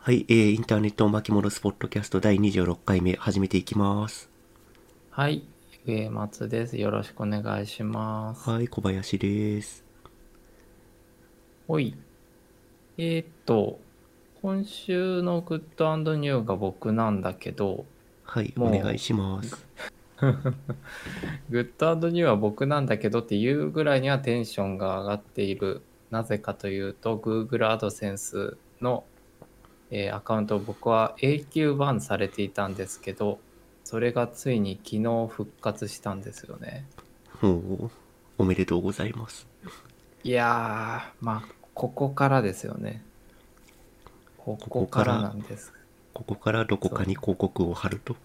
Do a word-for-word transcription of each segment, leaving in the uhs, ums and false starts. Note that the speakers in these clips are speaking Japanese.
はい、えー、インターネットを巻き戻すポッドキャストだいにじゅうろっかいめ始めていきます。 はい、上松です。よろしくお願いします。 はい、小林です。 ほい。えーっと、今週のグッドニューが僕なんだけど、 はい、お願いもしまう、グす。 グッドニューは僕なんだけどっていうぐらいにはテンションが上がっている。なぜかというと、Google AdSense の、えーアカウントを僕は永久バンされていたんですけど、それがついに昨日復活したんですよね。 おう、おめでとうございます。 いやー、まあ、ここからですよね。こここからこから、 なんです。 ここからどこそう。 かに広告を貼ると。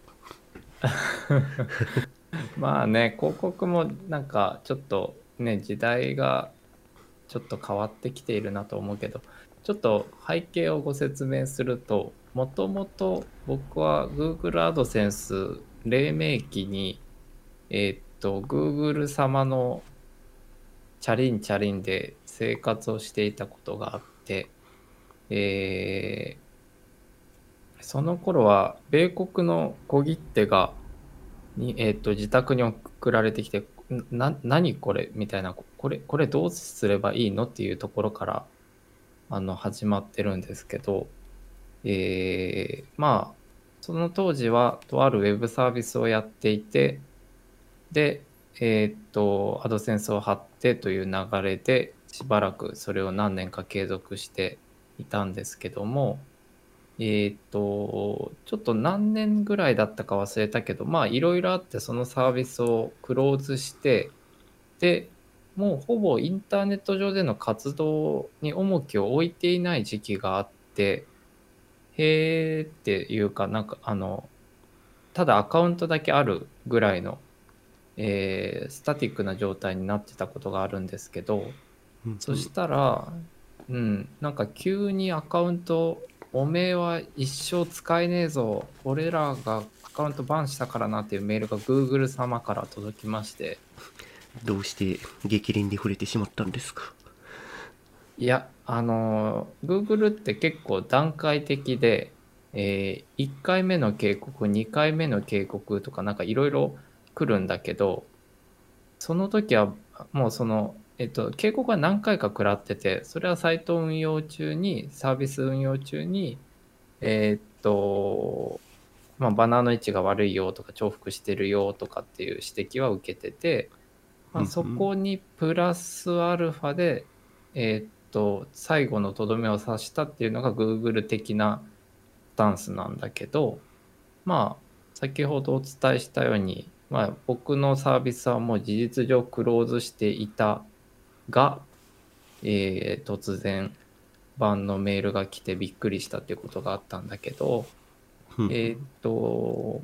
まあね、広告もなんかちょっとね、時代がちょっと変わってきているなと思うけど、ちょっと背景をご説明すると、もともと僕は Google AdSense 黎明期に、えーっと、Google 様のチャリンチャリンで生活をしていたことがあって、えーその頃は米国の小切手がに、えっと、自宅に送られてきて、な、何これみたいな、これ、これどうすればいいのっていうところから、あの、始まってるんですけど、えーまあ、その当時は、とあるウェブサービスをやっていて、で、えっと、アドセンスを貼ってという流れで、しばらくそれを何年か継続していたんですけども、えーっと、ちょっと何年ぐらいだったか忘れたけど、まあいろいろあってそのサービスをクローズして、で、もうほぼインターネット上での活動に重きを置いていない時期があって、へーっていうか、なんかあの、ただアカウントだけあるぐらいの、えースタティックな状態になってたことがあるんですけど、 うんうん。 そしたら、うん、なんか急にアカウント、おめえは一生使えねえぞ、俺らがアカウントバンしたからなっていうメールが Google 様から届きまして、 どうして激鱗に触れてしまったんですか？ いや、あの、Google って結構段階的で、えーいっかいめの警告、にかいめの警告とかなんかいろいろ来るんだけど、その時はもうその、えっと、警告は何回か食らってて、それはサイト運用中に、サービス運用中に、えっと、まあ、バナーの位置が悪いよとか重複してるよとかっていう指摘は受けてて、まあ、そうんうん。 こにプラスアルファで、えっと、最後のとどめを刺したっていうのが Google 的なスタンスなんだけど、まあ、先ほどお伝えしたように、まあ、僕のサービスはもう事実上クローズしていたが、えー突然版のメールが来てびっくりしたっていうことがあったんだけど、 うんうん。 えーっと、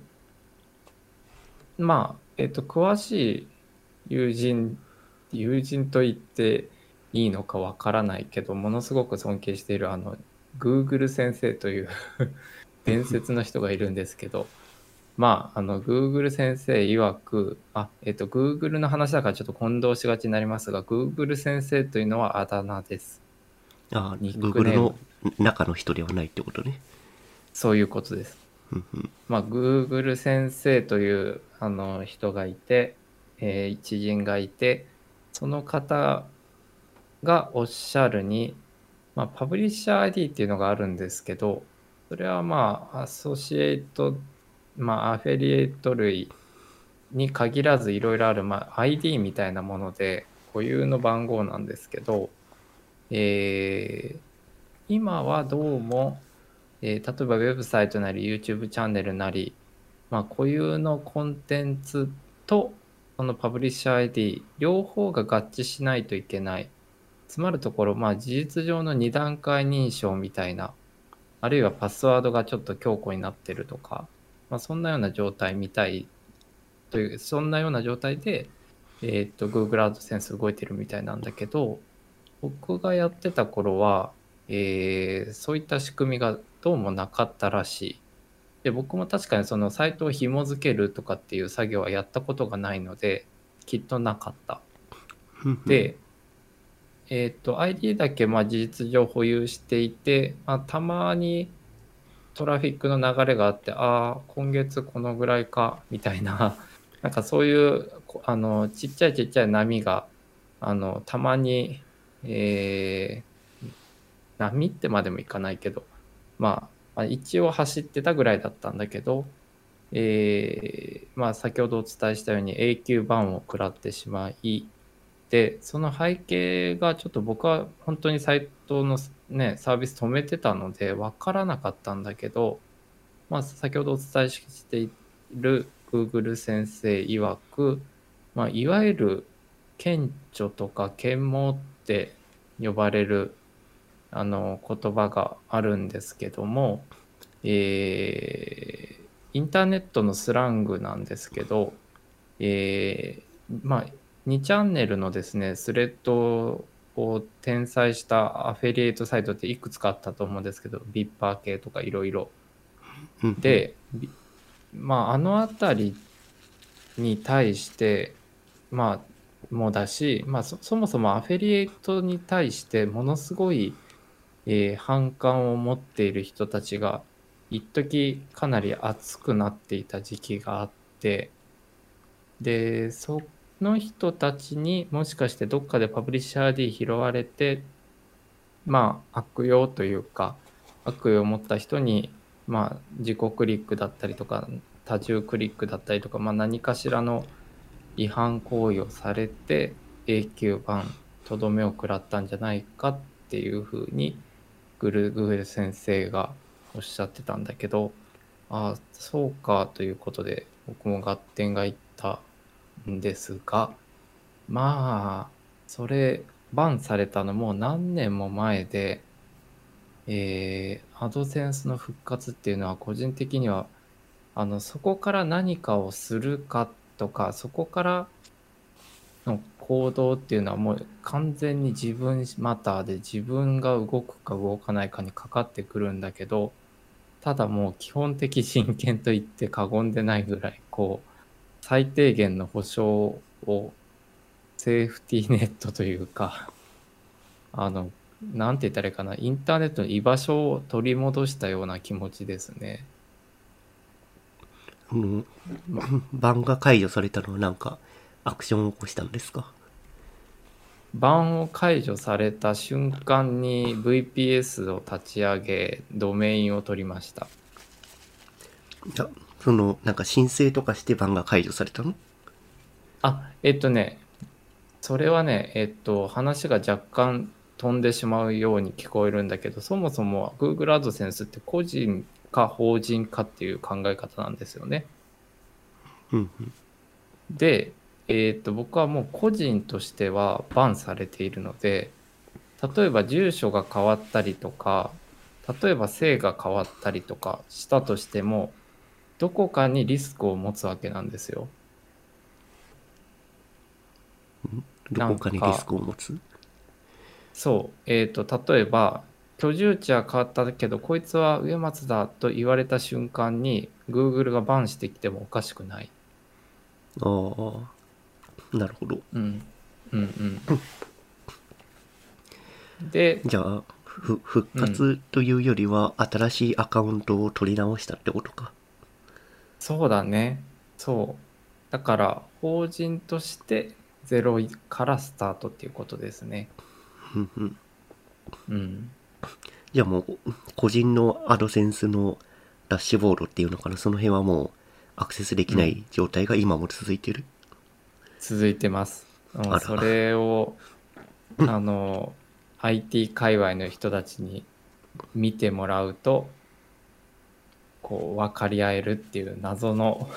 まあ、えーっと、詳しい友人、友人と言っていいのかわからないけど、ものすごく尊敬しているあの、Google 先生という伝説の人がいるんですけど、まあ、あの、Google 先生曰く、あ、えっと、Google の話だからちょっと混同しがちになりますが、Google 先生というのはあだ名です。 ああ、 ニック Google のネーム。 中の人ではないってことね。 そういうことです。まあ、Google 先生という、あの、人がいて、えー一人がいて、その方がおっしゃるに、まあ、パブリッシャー アイディー っていうのがあるんですけど、それはまあ、アソシエイト、まあ、アフィリエイト類に限らずいろいろある、まあ、アイディー みたいなもので固有の番号なんですけど、えー今はどうも、えー例えばウェブサイトなり YouTube チャンネルなり、まあ、固有のコンテンツとそのパブリッシャー アイディー 両方が合致しないといけない。つまるところ、まあ、事実上のに段階認証みたいな、あるいはパスワードがちょっと強固になってるとか、まあ、そんなような状態みたいという、そんなような状態で、えーっと、Google AdSense 動いてるみたいなんだけど、僕がやってた頃は、えーそういった仕組みがどうもなかったらしい。で、僕も確かにそのサイトを紐付けるとかっていう作業はやったことがないので、きっとなかった。で、えっと、アイディー だけまあ事実上保有していて、まあ、たまにトラフィックの流れがあって、ああ、今月このぐらいか、みたいな、なんかそういう、こあの、ちっちゃいちっちゃい波が、あの、たまに、えー波ってまでもいかないけど、まあ、まあ、一応走ってたぐらいだったんだけど、えーまあ、先ほどお伝えしたように永久バンを食らってしまい、で、その背景がちょっと僕は本当にサイトのね、サービス止めてたので分からなかったんだけど、まあ、先ほどお伝えしている Google 先生曰く、まあ、いわゆる顕著とか啓蒙って呼ばれるあの言葉があるんですけども、えーインターネットのスラングなんですけど、えーまあ、にチャンネルのですね、スレッドを転載したアフィリエイトサイトっていくつかあったと思うんですけど、ビッパー系とかいろいろ。 うんうん。 で、びまあ、あのあたりに対して、まあ、もだし、まあ、そそもそもアフィリエイトに対してものすごい、えー反感を持っている人たちが、一時かなり熱くなっていた時期があって、で、その人たちにもしかしてどっかでパブリッシャー D 拾われて、まあ、悪用というか、悪意を持った人に、まあ、自己クリックだったりとか、多重クリックだったりとか、まあ、何かしらの違反行為をされて、永久バン、とどめを食らったんじゃないかっていうふうに、グルグール先生がおっしゃってたんだけど、ああ、そうかということで、僕も合点がいったんですが、まあ、それ、バンされたのもう何年も前で、えー、アドセンスの復活っていうのは個人的には、あの、そこから何かをするかとか、そこからの行動っていうのはもう完全に自分マターで自分が動くか動かないかにかかってくるんだけど、ただもう基本的人権と言って過言でないぐらい、こう、最低限の保障をセーフティーネットというか、あの、なんて言ったらいいかな、インターネットの居場所を取り戻したような気持ちですね。 あの、 ま、 バンが解除されたのはなんか、アクションを起こしたんですか？ バンを解除された瞬間に ブイピーエス を立ち上げ、ドメインを取りました。 いや、その、なんか申請とかしてバンが解除されたの？ あ、えっとね、それはね、えっと、話が若干飛んでしまうように聞こえるんだけど、そもそも Google AdSense って個人か法人かっていう考え方なんですよね。 うんうん。 で、えっと、僕はもう個人としてはバンされているので、例えば住所が変わったりとか、例えば姓が変わったりとかしたとしても、どこかにリスクを持つわけなんですよ。 どなこかにリスんか、 クを持つ？ そう、えっと、例えば、居住地は変わったけど、こいつは植松だと言われた瞬間に、Google がバンしてきてもおかしくない。 ああ、なるほど。 うん。うんうん。で、 じゃあ、ふ、復うん。 活というよりは、新しいアカウントを取り直したってことか。 そうだね。そう。だから、法人としてゼロからスタートっていうことですね。 うんうん。 うん。 じゃあもう、個人のアドセンスのダッシュボードっていうのかな、その辺はもうアクセスできうん。 ない状態が今も続いてる。 続いてます。もうあら。 それを、あの、アイティー 界隈の人たちに見てもらうと、こう、分かり合えるっていう謎の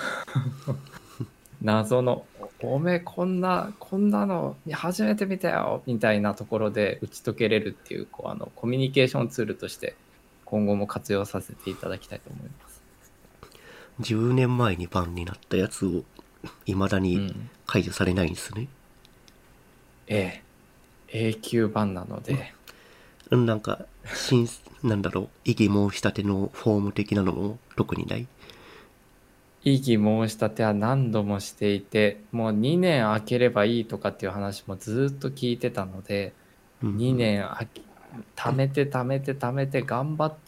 謎の、おおめえこんな、こんなの初めて見たよみたいなところで打ち解けれるっていう、こう、あの、コミュニケーションツールとして今後も活用させていただきたいと思います。 じゅうねんまえにバンになったやつを、未だにうん。 解除されないんですね。 ええ。永久版なので、 うん、なんか、新、なんだろう、異議申し立てのフォーム的なのも特にない。 異議申し立ては何度もしていて、もうにねん空ければいいとかっていう話もずっと聞いてたので、 うんうん。 にねん空き、貯めて貯めて貯めて頑張って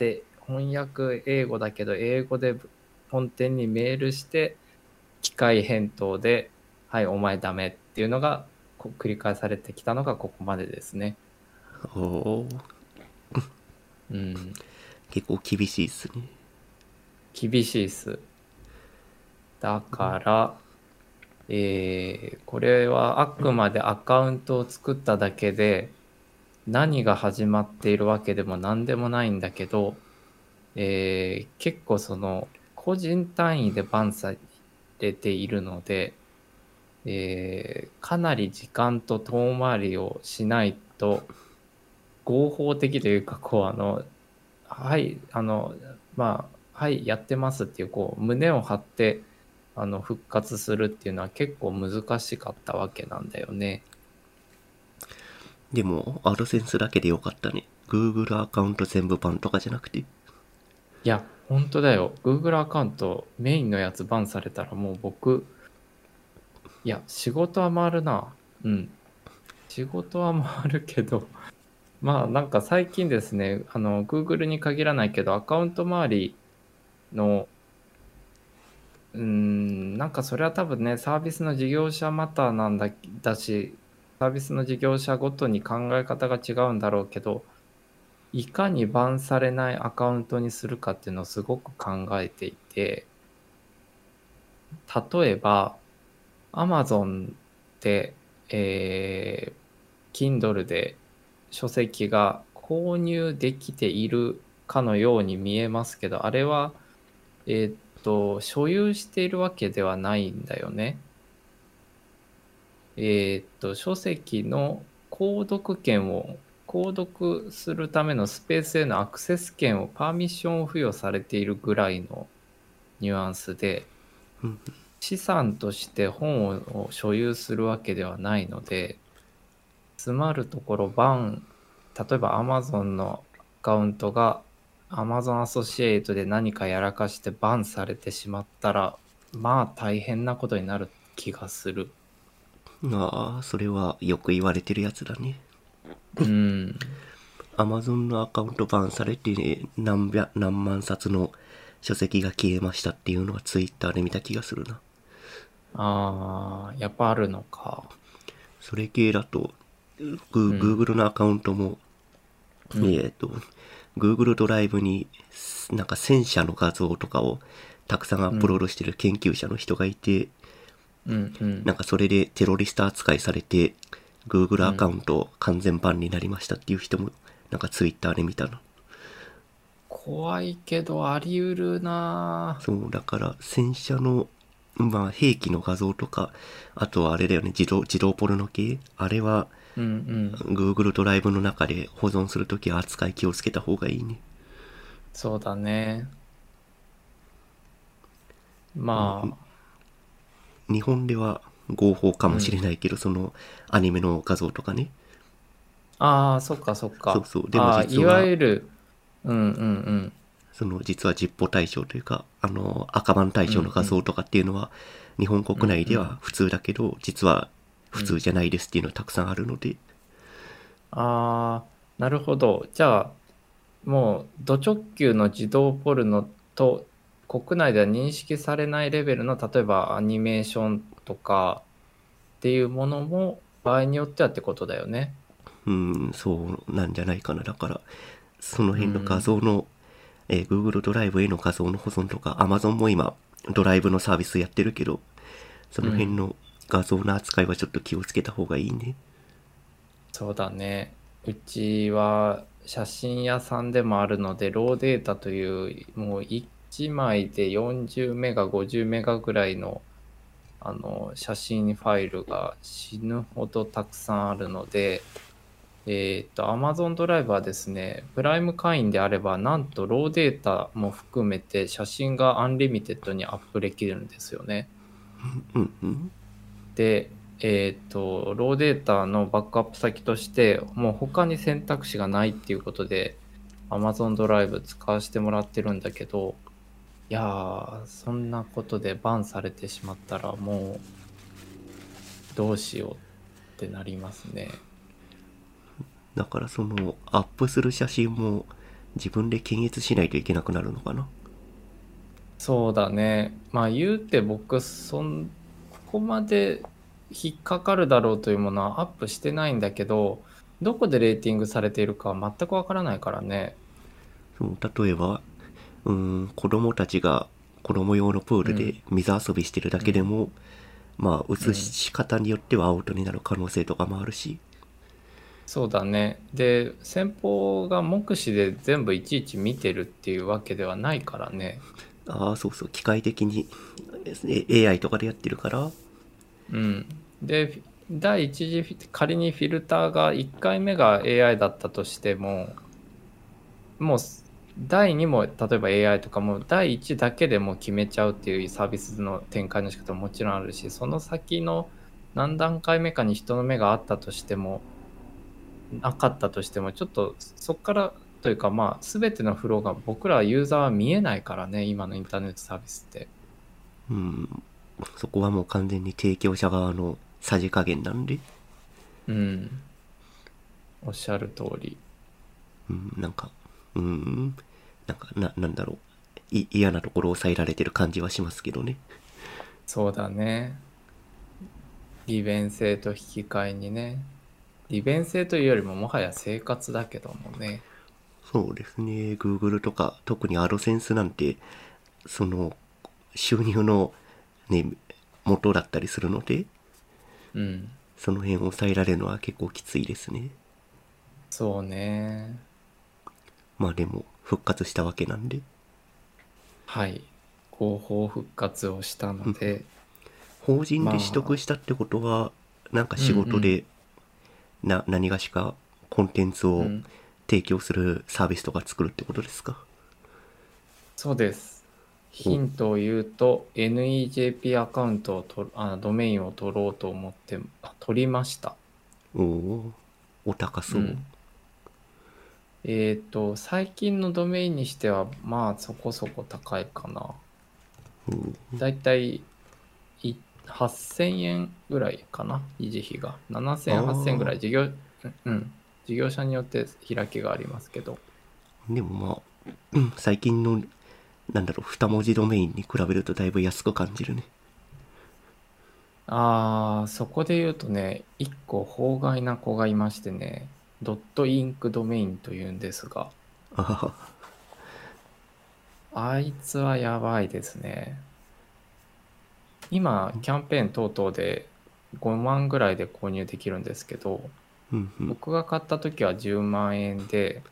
翻訳英語だけど英語で本店にメールして機械返答ではいお前ダメっていうのがこう繰り返されてきたのがここまでですね。 おお、 うん、 結構厳しいっすね。 厳しいっす。だから、えーこれはあくまでアカウントを作っただけで何が始まっているわけでも何でもないんだけど、えー結構その個人単位でバンされているので、えーかなり時間と遠回りをしないと合法的というか、こうあのはいあのまあはいやってますっていうこう胸を張ってあの復活するっていうのは結構難しかったわけなんだよね。 でも、アドセンスだけでよかったね。Google アカウント全部バンとかじゃなくて。 いや本当だよ。Google アカウントメインのやつバンされたらもう僕、いや仕事は回るな。うん。仕事は回るけど、まあなんか最近ですね、あの Google に限らないけどアカウント周りのうーん、なんかそれは多分ね、サービスの事業者またなんだだし、サービスの事業者ごとに考え方が違うんだろうけど、いかにバンされないアカウントにするかっていうのをすごく考えていて、例えば Amazon で、えー Kindle で書籍が購入できているかのように見えますけど、あれは、えーっと、所有しているわけではないんだよね。えーっと、書籍の購読権を、購読するためのスペースへのアクセス権を、パーミッションを付与されているぐらいのニュアンスで、資産として本を所有するわけではないので、つまるところ、バン、例えば Amazon のアカウントが Amazon アソシエイトで何かやらかしてバンされてしまったら、まあ大変なことになる気がする。 ああ、それはよく言われてるやつだね。 うん。 Amazon のアカウントバンされて何百、何万冊の書籍が消えましたっていうのは Twitter で見た気がするな。 ああ、やっぱあるのか。 それ系だと、 うん。 Google のアカウントも、 うん。 えっと、Google ドライブになんか戦車の画像とかをたくさんアップローうん。 ドしてる研究者の人がいて、 うん。うん。 なんかそれでテロリスト扱いされて Google アカうん。 ウント完全バンになりましたっていう人もなんか Twitter で見たな。 怖いけどあり得るな。 そう、だから戦車の、まあ兵器の画像とか、あとはあれだよね、自動、自動ポルノ系あれはうん。うん。 Google ドライブの中で保存するときは扱い気をつけた方がいいね。 そうだね。まあ、 日本では合法かもしうん。 れないけど、そのアニメの画像とかね。 ああ、そっかそっか。 そうそう。でもああ、いわ実は、 ゆる、うんうんうん。 その実は実歩対象というか、あの、赤番対象のうんうん。 画像とかっていうのは、日本国内でうんうん。 は普通だけど、実は普通うん。 じゃないですっていうのはたくさんあるので、 ああ、なるほど。じゃあ、もう、ド直球の児童ポルノと、国内では認識されないレベルの、例えばアニメーションとかっていうものも、場合によってはってことだよね。 うん、そうなんじゃないかな。だから、そのう辺の画ん。 像の、えー Google ドライブへの画像の保存とか、Amazon も今、ドライブのサービスやってるけど、そうん。 の辺の画像の扱いはちょっと気をつけた方がいいね。 そうだね。うちは写真屋さんでもあるので、ローデータという、もういちまいでよんじゅうメガ、ごじゅうメガぐらいの、あの写真ファイルが死ぬほどたくさんあるので、えっと、Amazon ドライブはですね、プライム会員であれば、なんとローデータも含めて写真がアンリミテッドにアップできるんですよね。 うんうん。 で、えっと、ローデータのバックアップ先として、もう他に選択肢がないっていうことで、Amazon ドライブ使わせてもらってるんだけど、いやー、そんなことでバンされてしまったら、もうどうしようってなりますね。 だからその、アップする写真も、 自分で検閲しないといけなくなるのかな。 そうだね。まあ言うて僕そんここまで引っかかるだろうというものはアップしてないんだけど、どこでレーティングされているかは全くわからないからね。 そう例えば、うーん、子供たちが子供用のプールでうん水遊びしてるだうんけでも、まあ、映うんし方によってはアウトになる可能性とかもあるし。 そうだね。で、先方が目視で全部いちいち見てるっていうわけではないからね。 ああ、そうそう、機械的にですね、エーアイ とかでやってるから。 うん。で、第一次フィ、仮にフィルターがいっかいめが エーアイ だったとしても、もうだいにも例えば エーアイ とかもだいいちだけでもう決めちゃうっていうサービスの展開の仕方ももちろんあるし、その先の何段階目かに人の目があったとしても、なかったとしても、ちょっとそこからというか、まあ、全てのフローが僕らユーザーは見えないからね、今のインターネットサービスって。 うん、そこはもう完全に提供者側のさじ加減なんで。 うん。おっしゃる通り。 うん、なんか、うん、なんか、な、なんだろう。い、嫌なところを抑えられてる感じはしますけどね。 そうだね。利便性と引き換えにね。利便性というよりももはや生活だけどもね。 そうですね。Google とか、特に AdSense なんて、その、収入のね、元だったりするので、 うん。 その辺を抑えられるのは結構きついですね。 そうね。 まあでも、復活したわけなんで。 はい。広報復活をしたので、 法人で取得まあ、 したってことは、なんかうんう仕事ん。 で、な、何がしかコンテンツをうん。 提供するサービスとか作るってことですか？ そうです。ヒお、 ントを言うと、エヌイージェーピー アカウントを取る、あ、ドメインを取ろうと思って、あ、取りました。 おお、お高そう。 うん。えっと、最近のドメインにしては、まあ、そこそこ高いかな。だいたいいはっせんえんぐらいかな、維持費が。ななせん、はっせんぐらい、 あ事業、うんうん、事業者によって開きがありますけど。 あ、でもまあ、うん、最近の、なんだろう、二文字ドメインに比べるとだいぶ安く感じるね。 ああ、そこで言うとね、一個法外な子がいましてね、ドットインクドメインというんですが、 あはは。 あいつはやばいですね。今、キャンペーン等々でごまんぐらいで購入できるんですけど、 うんうん。 僕が買った時はじゅうまん円で、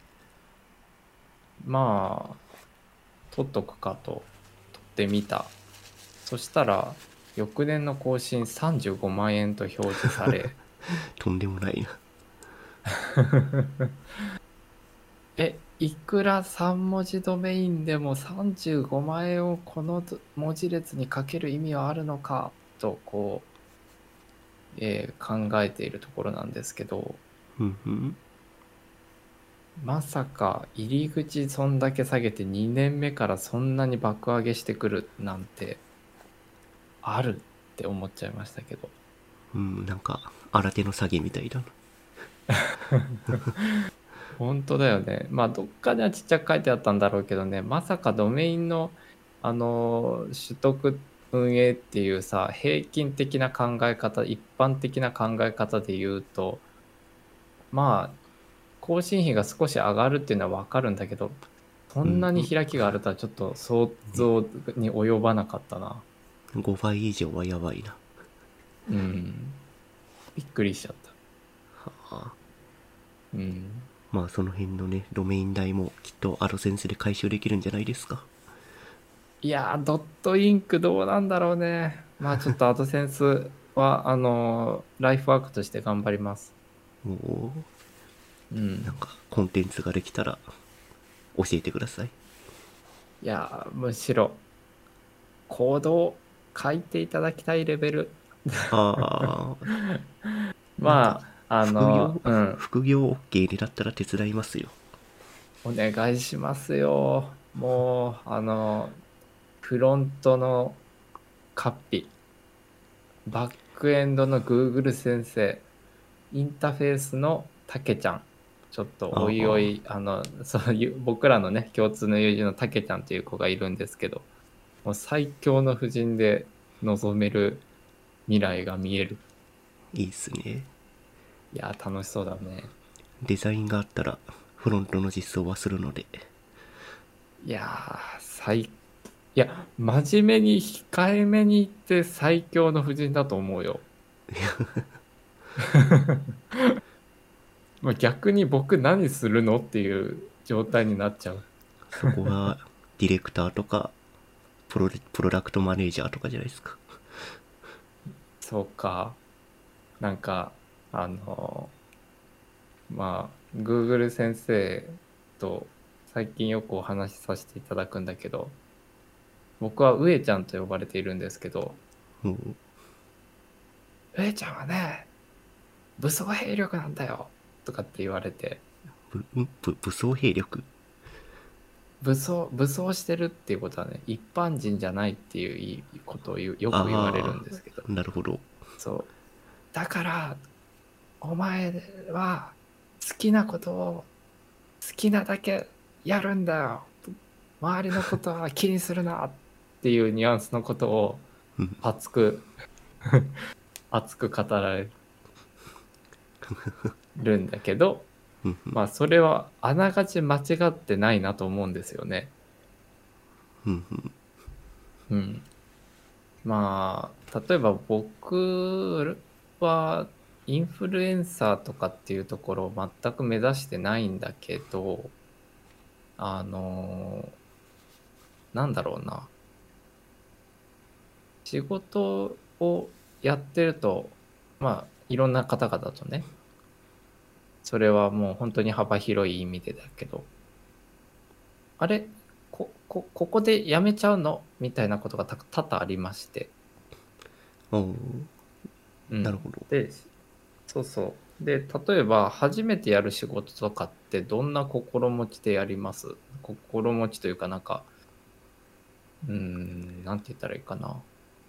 まあ、取っとくかと取ってみた。そしたら、翌年の更新さんじゅうごまん円と表示され、 とんでもないな。 え、いくらさん文字ドメインでもさんじゅうごまん円をこの文字列にかける意味はあるのかと、こう、えー考えているところなんですけど、 うんうん。 まさか入り口そんだけ下げてにねんめからそんなに爆上げしてくるなんてあるって思っちゃいましたけど。 うん、なんか、新手の詐欺みたいだな。 本当だよね。まあ、どっかではちっちゃく書いてあったんだろうけどね、まさかドメインの、あの、取得運営っていうさ、平均的な考え方、一般的な考え方で言うと、まあ、更新費が少し上がるっていうのはわかるんだけど、そんなにうん開きがあるとはちょっと想うん。ね、 像に及ばなかったな。 ごばい以上はやばいな。 うん。びっくりしちゃった。 はあ。 うん。 まあその辺のね、ドメイン代もきっとアドセンスで回収できるんじゃないですか。 いやー、ドットインクどうなんだろうね。まあちょっとアドセンスは、あのーライフワークとして頑張ります。 おお、 うん。 なんかコンテンツができたら教えてください。 いやー、むしろ、コードを書いていただきたいレベル。 ああ、なんか、 まあ、あ副業、 の、うん。 副業 OK でだったら手伝いますよ。 お願いしますよ。もう、あの、フロントのカッピ、バックエンドの Google 先生、インターフェースのたけちゃん。 ちょっとあおいおあ、 い、あの、そういう僕らのね、共通の友人のたけちゃんっていう子がいるんですけど、もう最強の布陣で臨める未来が見える。 いいっすね。 いやー、楽しそうだね。 デザインがあったらフロントの実装はするので。 いやー、最、いや、真面目に控えめに言って最強の布陣だと思うよ。まあ逆に僕何するのっていう状態になっちゃう。 そこはディレクターとかプロプロダクトマネージャーとかじゃないですか。 そうか。なんか、あの、まあ、Google 先生と最近よくお話しさせていただくんだけど、僕は上ちゃんと呼ばれているんですけど、 もう、 上ちゃんはね、武装兵力なんだよとかって言われて、 ぶぶ武装兵力。 武装、武装してるっていうことはね、一般人じゃないっていうことを言うよく言われるんあですけど、 あ、なるほど。 そう。だから、お前は好きなことを好きなだけやるんだよ。周りのことは気にするなっていうニュアンスのことをうん、 熱く熱く語られるんだけど、 うん、 まあそれはあながち間違ってないなと思うんですよね。 うん、うん。 うん。まあ例えば僕はインフルエンサーとかっていうところを全く目指してないんだけど、あのなんだろうな。仕事をやってると、まあ、いろんな方々とね、それはもう本当に幅広い意味でだけど、あれ、こ、こ、ここで辞めちゃうのみたいなことがた多々ありまして、 おー、 うん。 なるほど。 で、そうそう。で、例えば、初めてやる仕事とかってどんな心持ちでやります？心持ちというかなんか、うーん、なんて言ったらいいかな。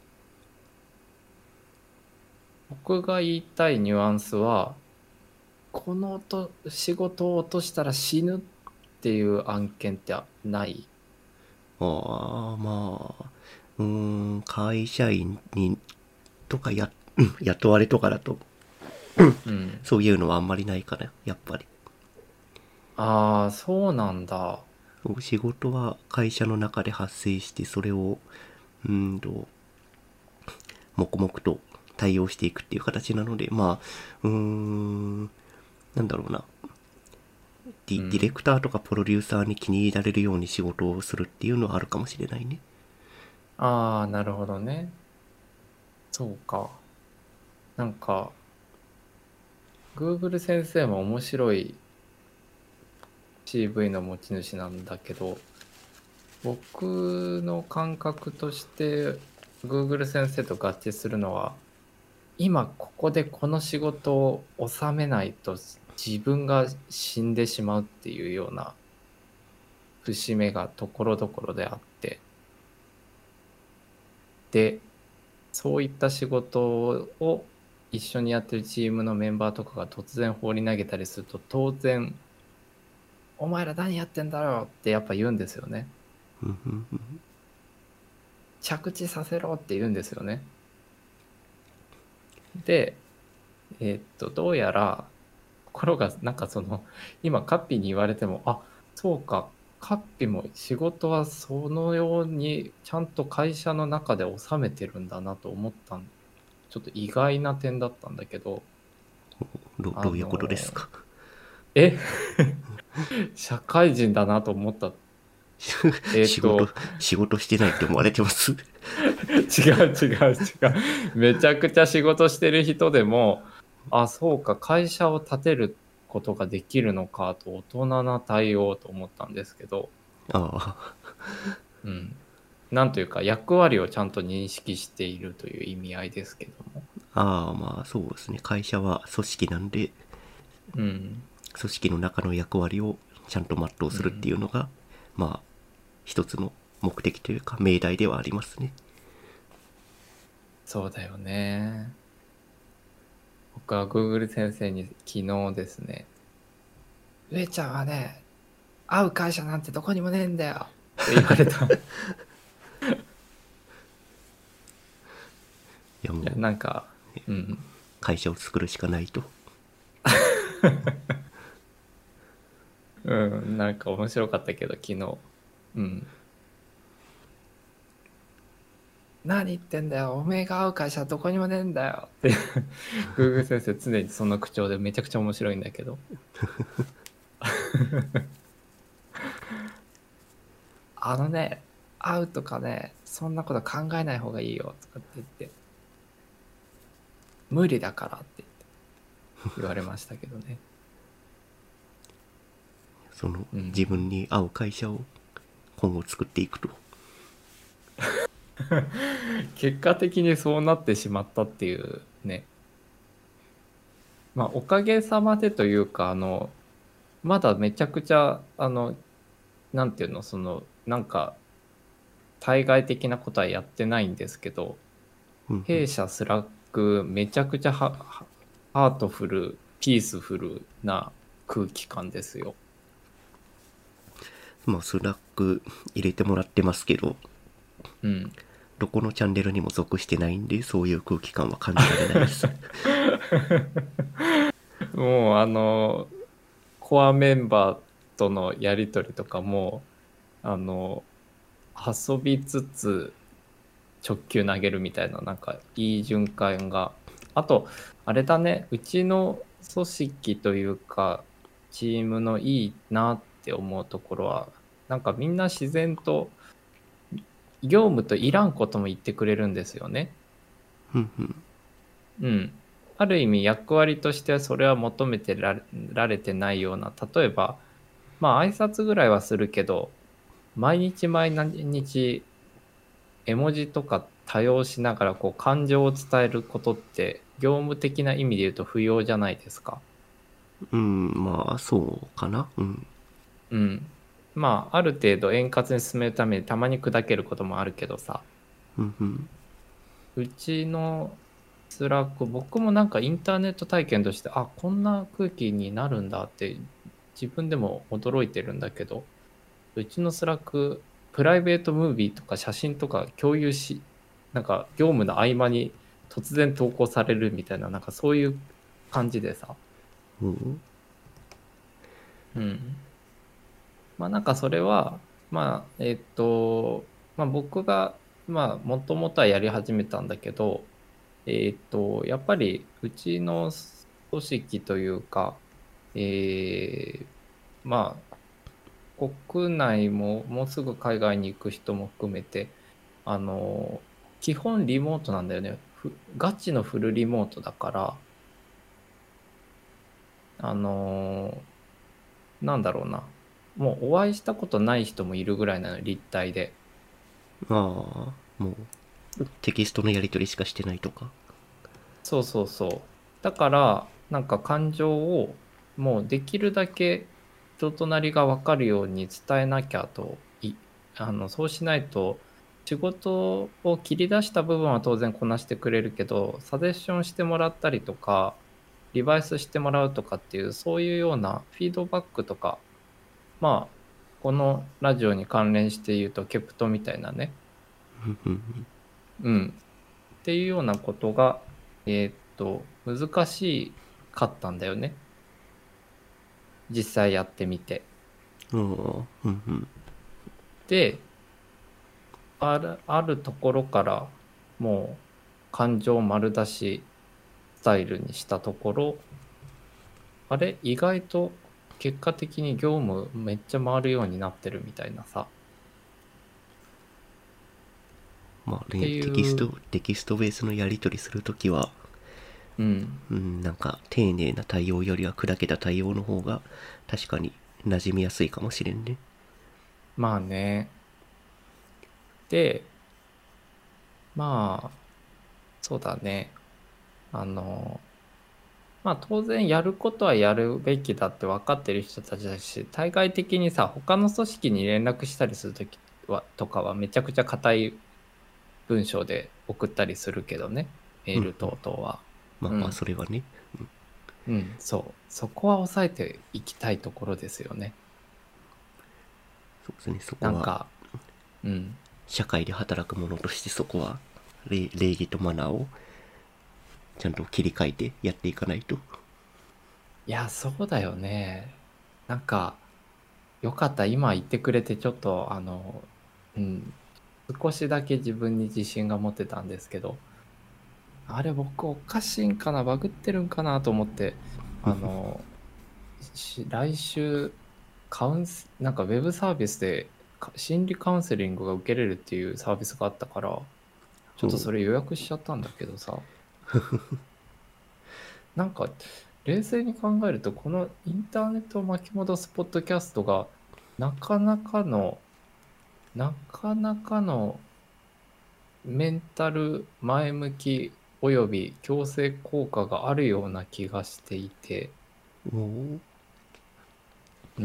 僕が言いたいニュアンスは、この音仕事を落としたら死ぬっていう案件ってない？ ああ、まあ、うーん、会社員に、とかや、うん雇われとかだと、 うん。 そういうのはあんまりないかな、やっぱり。 ああ、そうなんだ。 仕事は会社の中で発生して、それを、うーんと、黙々と対応していくっていう形なので、まあ、うーん、なんだろうな。ディ、ディレうん。 クターとかプロデューサーに気に入られるように仕事をするっていうのはあるかもしれないね。 ああ、なるほどね。そうか。なんか、Google 先生も面白い シーブイ の持ち主なんだけど、僕の感覚として Google 先生と合致するのは、今ここでこの仕事を収めないと自分が死んでしまうっていうような節目がところどころであって、で、そういった仕事を一緒にやってるチームのメンバーとかが突然放り投げたりすると、当然、お前ら何やってんだろうってやっぱ言うんですよね。 うんうんうん。 着地させろって言うんですよね。で、えーっと、どうやら、ところが、なんかその、今、カッピーに言われても、あ、そうか、カッピーも仕事はそのように、ちゃんと会社の中で収めてるんだなと思ったん、ちょっと意外な点だったんだけど、 どあどういうことですの、 か？ え社会人だなと思った。えーっ仕事、 と、 仕事してないって思われてます？ 違う違う違う。めちゃくちゃ仕事してる人でも、あ、そうか、会社を立てることができるのかと、大人な対応と思ったんですけど、 あうん。なんというか、役割をちゃんと認識しているという意味合いですけども。 あ、ああ、まあそうですね。会社は組織なんで、 うん。 組織の中の役割をちゃんと全うするっていうん。 うのが、まあ、一つの目的というか、命題ではありますね。 そうだよね。僕は Google 先生に昨日ですね、 上ちゃんはね、会う会社なんてどこにもねえんだよって言われた。いや、 いやもうなんか、うん。 会社を作るしかないと。 うん、なんか面白かったけど、昨日。うん。何言ってんだよ、おめえが会う会社どこにもねえんだよって、グーグー先生常にその口調でめちゃくちゃ面白いんだけど。あのね、会うとかね、そんなこと考えない方がいいよとかって言って、無理だからって言って言われましたけどね。 そのうん、 自分に合う会社を今後作っていくと。 結果的にそうなってしまったっていうね。まあおかげさまでというか、あの、まだめちゃくちゃ、あの、なんていうの、その、なんか、対外的なことはやってないんですけど、 うんうん。 弊社スラックめちゃくちゃハハートフル、ピースフルな空気感ですよ。 まあスラック入れてもらってますけど、 うん。 どこのチャンネルにも属してないんで、そういう空気感は感じられないです。 もうあの、コアメンバーとのやりとりとかも、あの、遊びつつ直球投げるみたいな、なんかいい循環が。あと、あれだね、うちの組織というか、チームのいいなって思うところは、なんかみんな自然と業務といらんことも言ってくれるんですよね。 うんうん。 うん。ある意味役割としてはそれは求めてられられてないような、例えば、まあ挨拶ぐらいはするけど、毎日毎日絵文字とか多用しながらこう感情を伝えることって業務的な意味で言うと不要じゃないですか。 うん、まあそうかな。うん。 うん。まあある程度円滑に進めるためにたまに砕けることもあるけどさ、 うんうん。 うちのスラック、僕もなんかインターネット体験として、あ、こんな空気になるんだって自分でも驚いてるんだけど、うちのスラック、プライベートムービーとか写真とか共有し、なんか業務の合間に突然投稿されるみたいな、なんかそういう感じでさ。 うん。 うん。まあなんかそれは、まあ、えっと、まあ僕が、まあもともとはやり始めたんだけど、えっと、やっぱりうちの組織というか、えーまあ国内ももうすぐ海外に行く人も含めて、あの、基本リモートなんだよね。ふガチのフルリモートだから、あの、なんだろうな。もうお会いしたことない人もいるぐらいなの、立体で。 ああ、もうテキストのやり取りしかしてないとか。 そうそうそう。だから、なんか感情をもうできるだけ人となりが分かるように伝えなきゃと、い、あの、そうしないと、仕事を切り出した部分は当然こなしてくれるけど、サジェッションしてもらったりとか、リバイスしてもらうとかっていう、そういうようなフィードバックとか、まあ、このラジオに関連して言うと、ケプトみたいなね、 うんうんうん、っていうようなことが、えーっと、難しかったんだよね。実際やってみて。 うん。ああ、うんうん。 で、ある、あるところからもう感情丸出しスタイルにしたところ、あれ意外と結果的に業務めっちゃ回るようになってるみたいなさ。ってまあね、テキスいう、 ト、テキストベースのやり取りするときは、 うん。 うん、なんか丁寧な対応よりは砕けた対応の方が確かに馴染みやすいかもしれんね。 まあね。で、まあ、そうだね。あの、まあ当然やることはやるべきだって分かってる人たちだし、対外的にさ、他の組織に連絡したりするときは、とかはめちゃくちゃ硬い文章で送ったりするけどね。メールうんうん。 等々は。 まあまあ、 うん。 それはね。 うん、そう。そこは抑えていきたいところですよね。 そうですね、そこはなんか、うん。 社会で働く者としてそこは礼礼儀とマナーをちゃんと切り替えてやっていかないと。 いや、そうだよね。なんか、よかった。今言ってくれて、ちょっと、あの、うん、少しだけ自分に自信が持てたんですけど、あれ、僕おかしいんかな、バグってるんかなと思って、あの、し来週、カウンス、なんかウェブサービスでか心理カウンセリングが受けれるっていうサービスがあったから、ちょっとそれ予約しちゃったんだけどさ、なんか冷静に考えると、このインターネットを巻き戻すポッドキャストが、なかなかの、なかなかのメンタル前向きおよび矯正効果があるような気がしていて、 おお、 うん、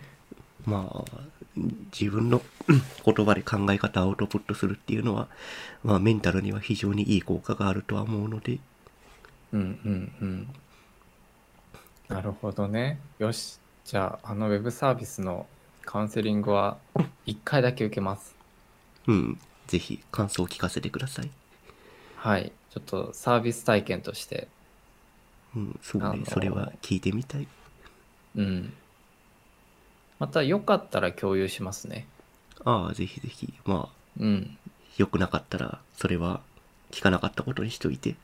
まあ自分の言葉で考え方をアウトプットするっていうのは、まあ、メンタルには非常にいい効果があるとは思うので。 うん、うん、うん。なるほどね。よし。じゃあ、あのウェブサービスのカウンセリングはいっかいだけ受けます。 うん、ぜひ感想を聞かせてください。 はい。ちょっとサービス体験として、 うん、そうあね、それはの、 聞いてみたい。 うん。またよかったら共有しますね。 ああ、ぜひぜひ。まあうん。 良くなかったらそれは聞かなかったことにしといて。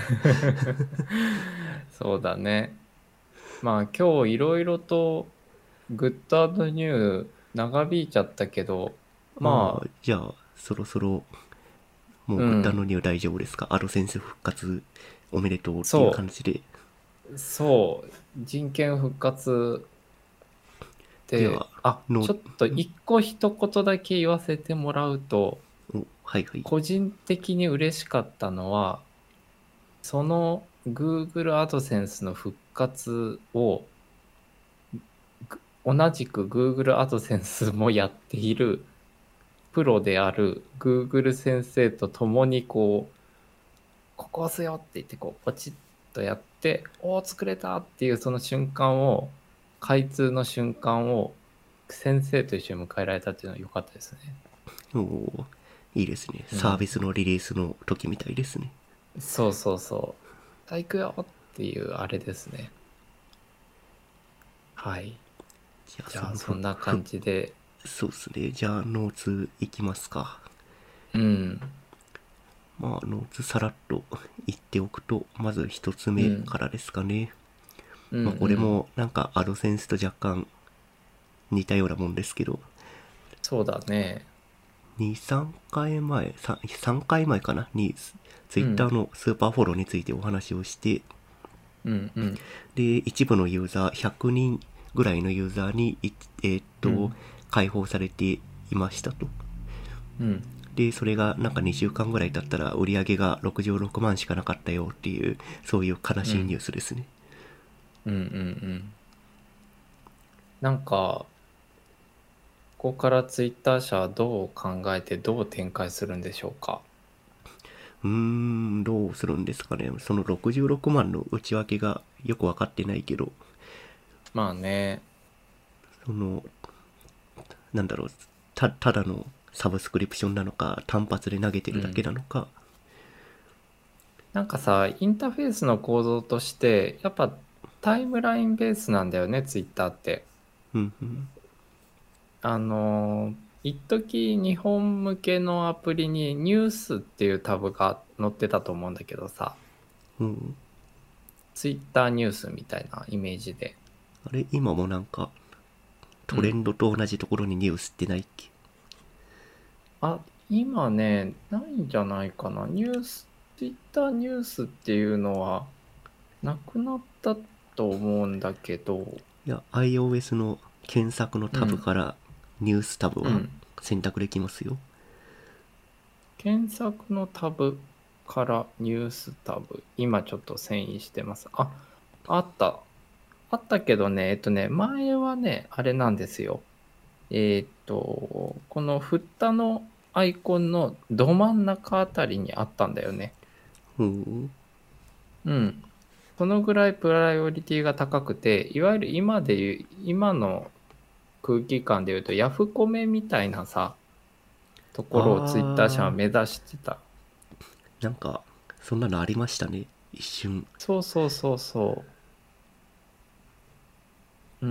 そうだね。まあ今日いろいろとグッドアドニュー長引いちゃったけど、 ああ、 まあ、 じゃあそろそろもうグッダのうん。 ニュー大丈夫ですか？アドセンス復活おめでとうっていうそ感じで。 う、そう、人権復活で、 では、 あ、 の、 ちょっと一個一言だけ言わせてもらうと、 お、はいはい。 個人的に嬉しかったのは、その Google AdSense の復活を、ぐ同じく Google AdSense もやっているプロである Google 先生と共にこう、ここ押すよって言ってこう、ポチッとやって、おー、作れたっていうその瞬間を、開通の瞬間を先生と一緒に迎えられたっていうのは良かったですね。 おー、いいですね。 うん。 サービスのリリースの時みたいですね。 そうそうそう。さあ行くよっていうあれですね。はい。 じゃあじゃあそのふ、 そんなふ、 感じで、 そうっすね。じゃあノーツいきますか。 うん、 まあノーツさらっと言っておくと、まず一つうん、 目からですかね。 うん、うまあこれん。 もなんかアドセンスと若干似たようなもんですけど、 そうだね。 に、さんかいまえ、さん, さんかいまえかなに、ツイッターうん、 のスーパーフォローについてお話をして、 うん、うん、 で、一部のユーザー、ひゃくにんぐらいのユーザーに、いえーっと、 うん、 開放されていましたと。 うん、 で、それがなんかにしゅうかんぐらい経ったら売り上げがろくじゅうろくまんしかなかったよっていう、そういう悲しいニューうん、 スですね。 うん、うん、うん。なんか、ここからツイッター社はどう考えてどう展開するんでしょうか。 うーん、どうするんですかね。そのろくじゅうろくまんの内訳がよくわかってないけど、 まあね。 その、なんだろう、た、ただのサブスクリプションなのか、単発で投げてるだけうん。 なのか。 なんかさ、インターフェースの構造として、やっぱタイムラインベースなんだよね、ツイッターって。 うんうん。 あのー、一時日本向けのアプリにニュースっていうタブが載ってたと思うんだけどさ、 うん。 ツイッターニュースみたいなイメージで。 あれ、今もなんか、トレうん。 ンドと同じところにニュースってないっけ？ あ、今ね、ないんじゃないかな。ニュース、ツイッターニュースっていうのはなくなったと思うんだけど、 いや、iOS の検索のタブうん、 からニュースタブはうん。 選択できますよ。 検索のタブからニュースタブ。今ちょっと遷移してます。あ、あった。あったけどね、えっとね、前はね、あれなんですよ。えーっと、このフッタのアイコンのど真ん中あたりにあったんだよね。 うん。 うん。 そのぐらいプライオリティが高くて、いわゆる今でいう、今の空気感でいうと、ヤフコメみたいなさ、ところをツイッター社はあ目指してた。 ー、なんか、そんなのありましたね。一瞬。 そうそうそうそう。うん。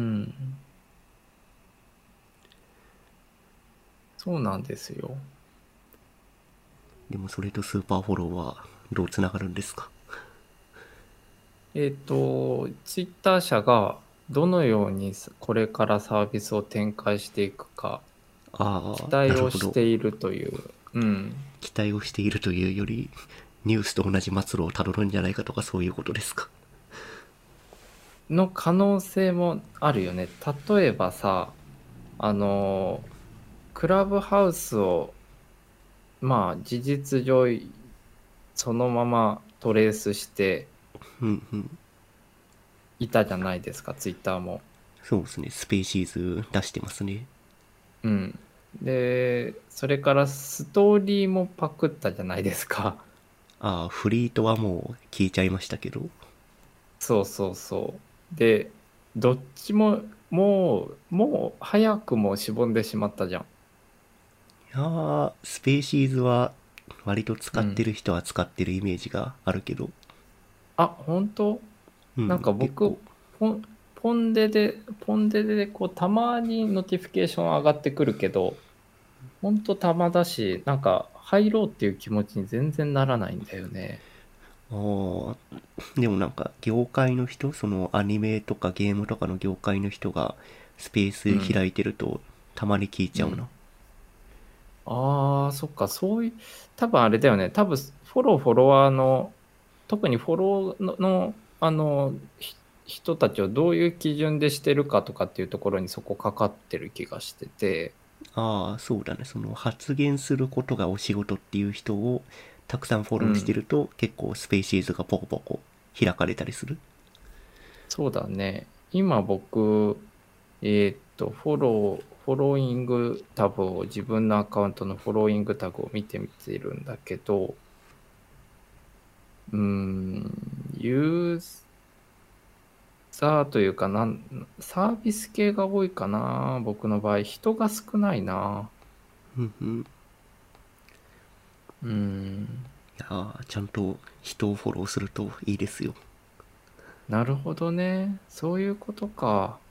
そうなんですよ。 でもそれとスーパーフォローはどうつながるんですか？ えっと、ツイッター社がどのようにこれからサービスを展開していくか、期ああ、 待をなるほど。 しているという、うん、 期待をしているというより、ニュースと同じ末路をたどるんじゃないかとかそういうことですか？ の可能性もあるよね。例えばさ、あの、クラブハウスを、まあ、事実上、そのままトレースしてうんうん。 いたじゃないですか、ツイッターも。 そうですね。スペーシーズ出してますね。 うん。で、それからストーリーもパクったじゃないですか。 ああ、フリートはもう聞いちゃいましたけど。 そうそうそう。で、どっちももう、もう早くもしぼんでしまったじゃん。 いやー、スペーシーズは割と使うん。 ってる人は使ってるイメージがあるけど、 あ、本当？なんうん、 か僕、 結構。 ポン、ポンデで、ポンデでこう、たまにノティフィケーション上がってくるけど、ほんとたまだし、なんか入ろうっていう気持ちに全然ならないんだよね。 ああ、でもなんか業界の人、そのアニメとかゲームとかの業界の人がスペーうん。 ス開いてるとたまに聞いちゃうな。 うん。ああ、そっか、そういう、多分あれだよね。多分フォロー、フォロワーの、特にフォローの、のあの、ひ人たちをどういう基準でしてるかとかっていうところにそこかかってる気がしてて、 ああ、そうだね。その発言することがお仕事っていう人をたくさんフォローしてうん。 ると結構スペーシーズがポコポコ開かれたりする。 そうだね。今僕、えーっと、フォロー、フォローイングタブを、自分のアカウントのフォローイングタグを見てみているんだけど、うーん、ユーザーというか、なん、サービス系が多いかな。僕の場合、人が少ないな。 うんうん。いうーん、 やー、ちゃんと人をフォローするといいですよ。 なるほどね。そういうことか。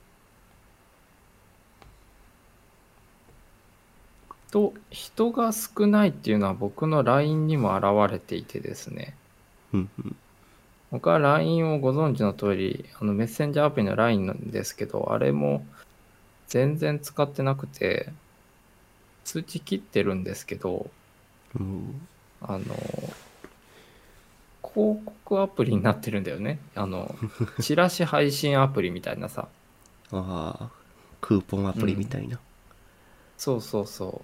と、人が少ないっていうのは僕の ライン にも現れていてですね。 うんうん。 僕は ライン をご存知の通り、あのメッセンジャーアプリの ライン なんですけど、あれも全然使ってなくて、通知切ってるんですけど、 うん、 あの、広告アプリになってるんだよね。あの、チラシ配信アプリみたいなさ。 ああ、クーポンアプリみたうん。 いな。 そうそうそう。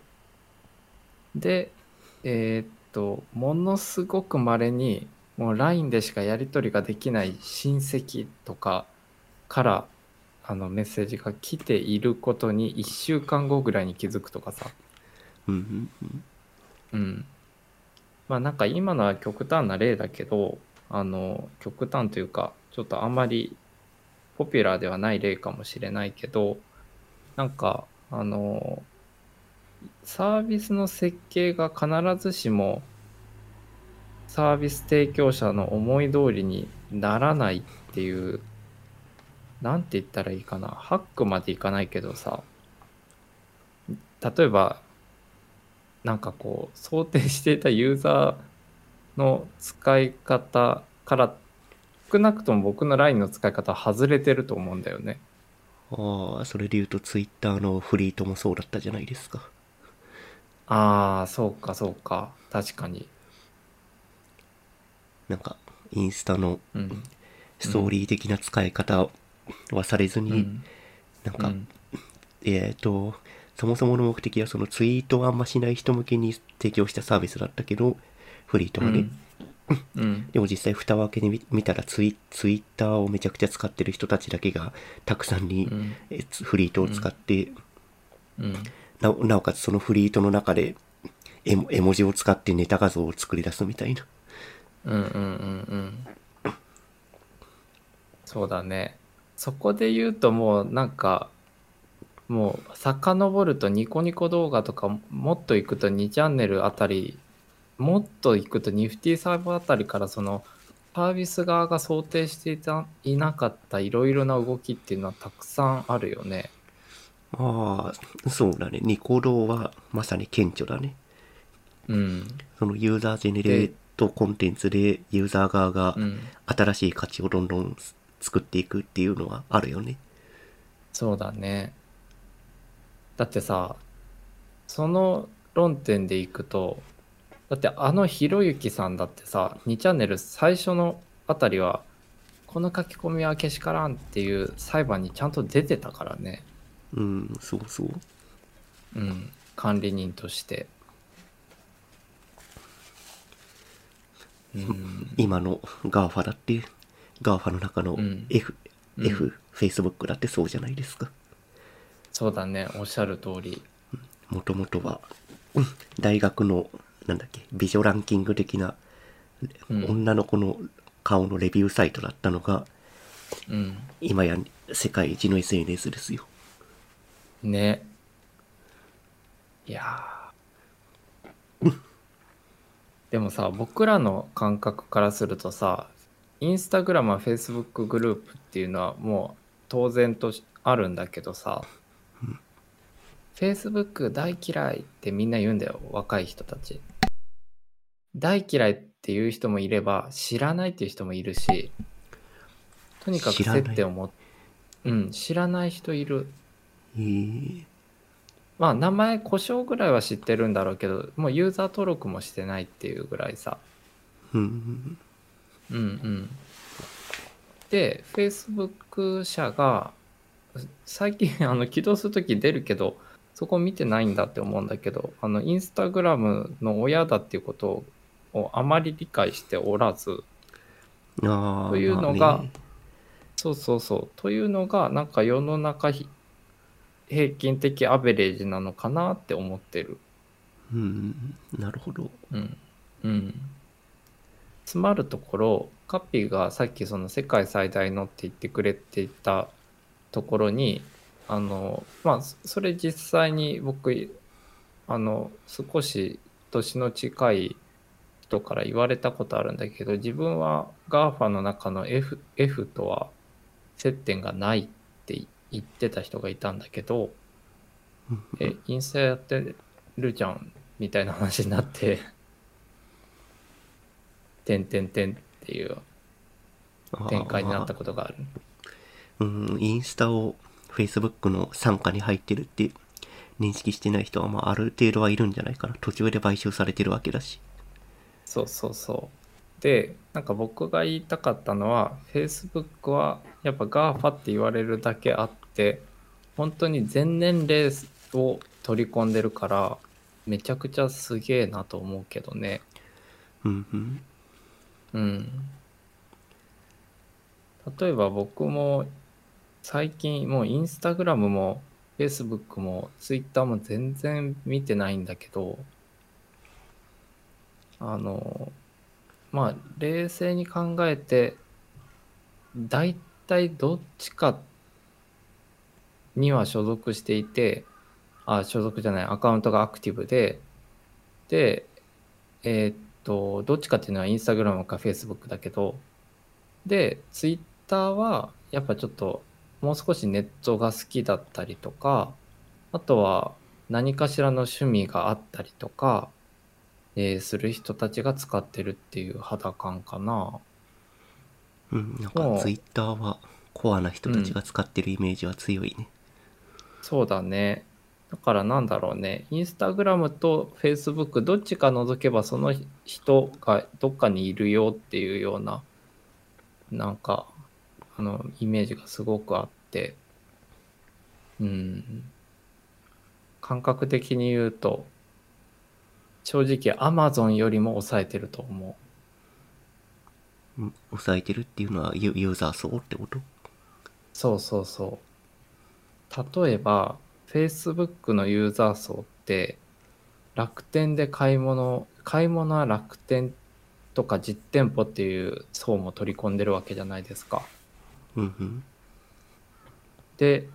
で、えーっと、ものすごく稀に、もう ライン でしかやり取りができない親戚とかからあのメッセージが来ていることにいっしゅうかんごぐらいに気づくとかさ。 うんうんうん。 うん。まあなんか今のは極端な例だけど、あの、極端というか、ちょっとあんまりポピュラーではない例かもしれないけど、なんか、あの、サービスの設計が必ずしもサービス提供者の思い通りにならないっていう、なんて言ったらいいかな。ハックまでいかないけどさ、例えば、なんかこう、想定していたユーザーの使い方から、少なくとも僕の ライン の使い方は外れてると思うんだよね。 ああ、それで言うとツイッターのフリートもそうだったじゃないですか。 ああ、そうか、そうか。確かに。 なんか、インスタのうん。 ストーうん。 リー的な使い方はされずに、 うん。 なんか、 うん。 えっと、そもそもの目的はそのツイートをあんましない人向けに提供したサービスだったけど、フリートはね。 うん。うん。 でも実際蓋を開けてみ見たらツイツイッターをめちゃくちゃ使ってる人たちだけがたくさんにうん。 えつフリートを使うん。 ってうん。 なおなおかつそのフリートの中で絵も絵文字を使ってネタ画像を作り出すみたいな。 うん。うん。うん。 そうだね。そこで言うともうなんか、もう遡るとニコニコ動画とかもっと行くとにチャンネルあたり、もっと行くとニフティサーバーあたりからそのサービス側が想定していたいなかったいろいろな動きっていうのはたくさんあるよね。 ああ、そうだね。ニコ動はまさに顕著だね。 うん。 そのユーザージェネレーで、 トコンテンツでユーザー側がうん。 新しい価値をどんどん作っていくっていうのはあるよね。 そうだね。だってさ、その論点でいくと、だってあのひろゆきさんだってさ、にチャンネル最初のあたりは、この書き込みはけしからんっていう裁判にちゃんと出てたからね。 うん、そうそう。 うん。管理人として。うん。 今の ガーファ だって、ガーファ の中のうん。 F、 うん。 F、Facebook だってそうじゃないですか。 そうだね。おっしゃる通り。 もともとは、大学の、なんだっけ、美女ランキング的なうん。 女の子の顔のレビューサイトだったのが、 うん。 今や世界一の エスエヌエス ですよ。 ね。いやーでもさ、僕らの感覚からするとさ、インスタグラムは Facebook グループっていうのはもう当然としあるんだけどさ、Facebook 大嫌いってみんな言うんだよ、若い人たち。大嫌いっていう人もいれば、知らないっていう人もいるし、とにかく知らない。 接点をも、うん、知らない人いる。 えー、 まあ、名前、故障ぐらいは知ってるんだろうけど、もうユーザー登録もしてないっていうぐらいさ。 うん、 うんうん。で、Facebook 社が、最近、あの、起動するとき出るけど、そこ見てないんだって思うんだけど、あの、インスタグラムの親だっていうことをあまり理解しておらず、 ああ、 というまあのが、 ね。 そうそうそう。というのが、なんか世の中ひ平均的アベレージなのかなって思ってる。 うん、なるほど。 うん。うん。つまるところ、カッピーがさっきその世界最大のって言ってくれていたところに、あの、まあ、そそれ実際に僕、あの、少し年の近い人から言われたことあるんだけど、自分は ガーファ の中の F、F とは接点がないって言ってた人がいたんだけど、え、インスタやってるじゃんみたいな話になって、てんてんてんっていう展ああ、 開になったまあ、 ことがある。 うん、インスタを Facebook の傘下に入ってるって認識してない人は、まあ、ある程度はいるんじゃないかな。途中で買収されてるわけだし。 そうそうそう。で、なんか僕が言いたかったのは、Facebook はやっぱ ガーファ って言われるだけあって、本当に全年齢を取り込んでるから、めちゃくちゃすげえなと思うけどね。 うんうん。 うん。例えば僕も最近もうインスタグラムも Facebook も Twitter も全然見てないんだけど、あの、まあ冷静に考えて、大体どっちかには所属していて、あ、所属じゃない、アカウントがアクティブで、で、えーっと、どっちかっていうのはインスタグラムか Facebook だけど、で、Twitter はやっぱちょっともう少しネットが好きだったりとか、あとは何かしらの趣味があったりとか、えーする人たちが使ってるっていう肌感かな。 うん、なんかも Twitter はコアな人う、うん、 たちが使ってるイメージは強いね。 そうだね。だからなんだろうね。インスタグラムとフェイスブックどっちか除けばその人がどっかにいるよっていうような、なんか、あの、イメージがすごくあって、うん、感覚的に言うと、正直 Amazon よりも抑えてると思う。 うん、抑えてるっていうのはユユーザー層ってこと？ そうそうそう。例えば、Facebook のユーザー層って、楽天で買い物、買い物は楽天とか実店舗っていう層も取り込んでるわけじゃないですか。 うんうんで、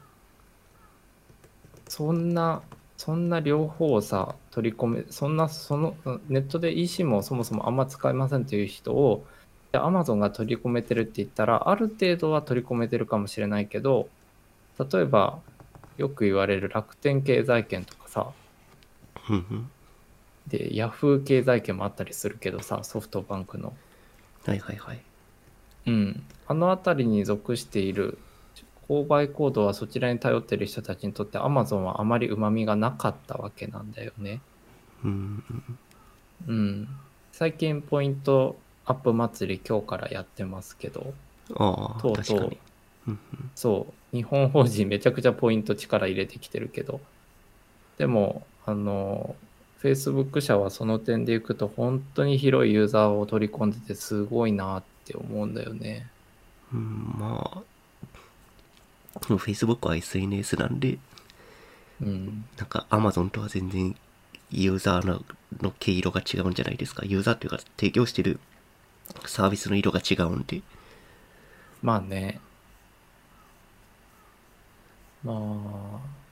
そんな、そんな両方をさ、取り込め、そんな、その、ネットで イーシー もそもそもあんま使えませんという人を、じゃあ Amazon が取り込めてるって言ったら、ある程度は取り込めてるかもしれないけど、例えば、よく言われる楽天経済圏とかさ、 うんうんで、Yahoo 経済圏もあったりするけどさ、ソフトバンクの。 はいはいはい。 うん。あのあたりに属している、購買行動はそちらに頼っている人たちにとって Amazon はあまり旨味がなかったわけなんだよね。 うんうん。最近ポイントアップ祭り今日からやってますけど、 ああ、確かに。 とうとう、 うんそう、日本法人めちゃくちゃポイント力入れてきてるけど、でも、あの、Facebook 社はその点でいくと本当に広いユーザーを取り込んでてすごいなって思うんだよね。 うん、まあ、Facebook は エスエヌエス なんで、 うん。 なんか Amazon とは全然ユーザーのの毛色が違うんじゃないですか。ユーザーっていうか提供してるサービスの色が違うんで。 まあね。まあ、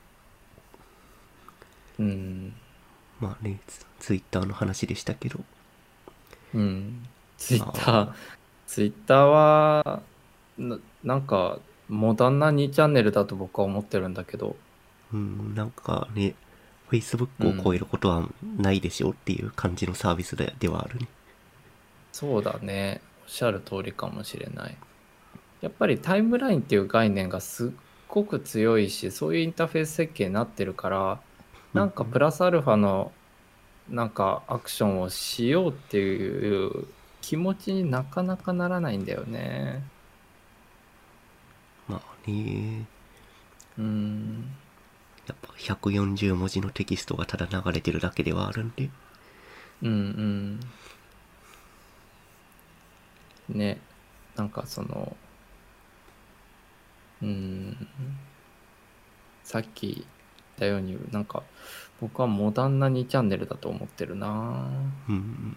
うん。 まあね、ツイッターの話でしたけど。 うん。ツイッター、 ああ、 ツイッターは、な、なんか、モダンなにチャンネルだと僕は思ってるんだけど、 うん、なんかね、Facebook を超えうん。 ることはないでしょうっていう感じのサービスでではあるね。 そうだね。おっしゃる通りかもしれない。やっぱりタイムラインっていう概念がすっごく強いし、そういうインターフェース設計になってるから、なんかプラスアルファのなんかアクションをしようっていう気持ちになかなかならないんだよね。 まあね、 うーん。 やっぱひゃくよんじゅう文字のテキストがただ流れてるだけではあるんで。 うんうん。ね。なんかその、うーん。さっき言ったように、なんか僕はモダンなにチャンネルだと思ってるな。 うん、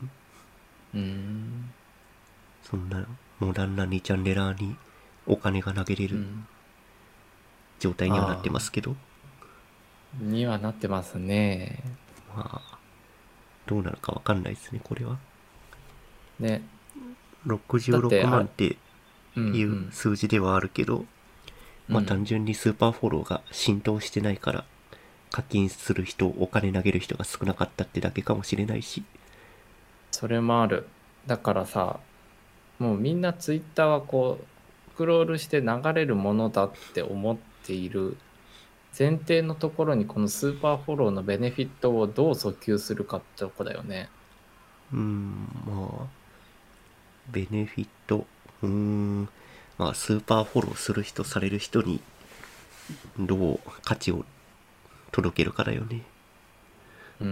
うーん。 そんなモダンなにチャンネラーにお金が投げれるうん。 状態にはなってますああ。 けど、 にはなってますね。 まあ、どうなるかわかんないですね、これは。 ね。 66 だって、あ、 万ってうんういうん。 数字ではあるけど、まあ単うん。 純にスーパーフォローが浸透してないから課金する人、お金投げる人が少なかったってだけかもしれないし。 それもある。だからさ、もうみんなツイッターはこう、スクロールして流れるものだって思っている前提のところにこのスーパーフォローのベネフィットをどう訴求するかってとこだよね。 うーん、まあ、ベネフィット、うーん、まあスーパーフォローする人される人にどう価値を届けるかだよね。 うん。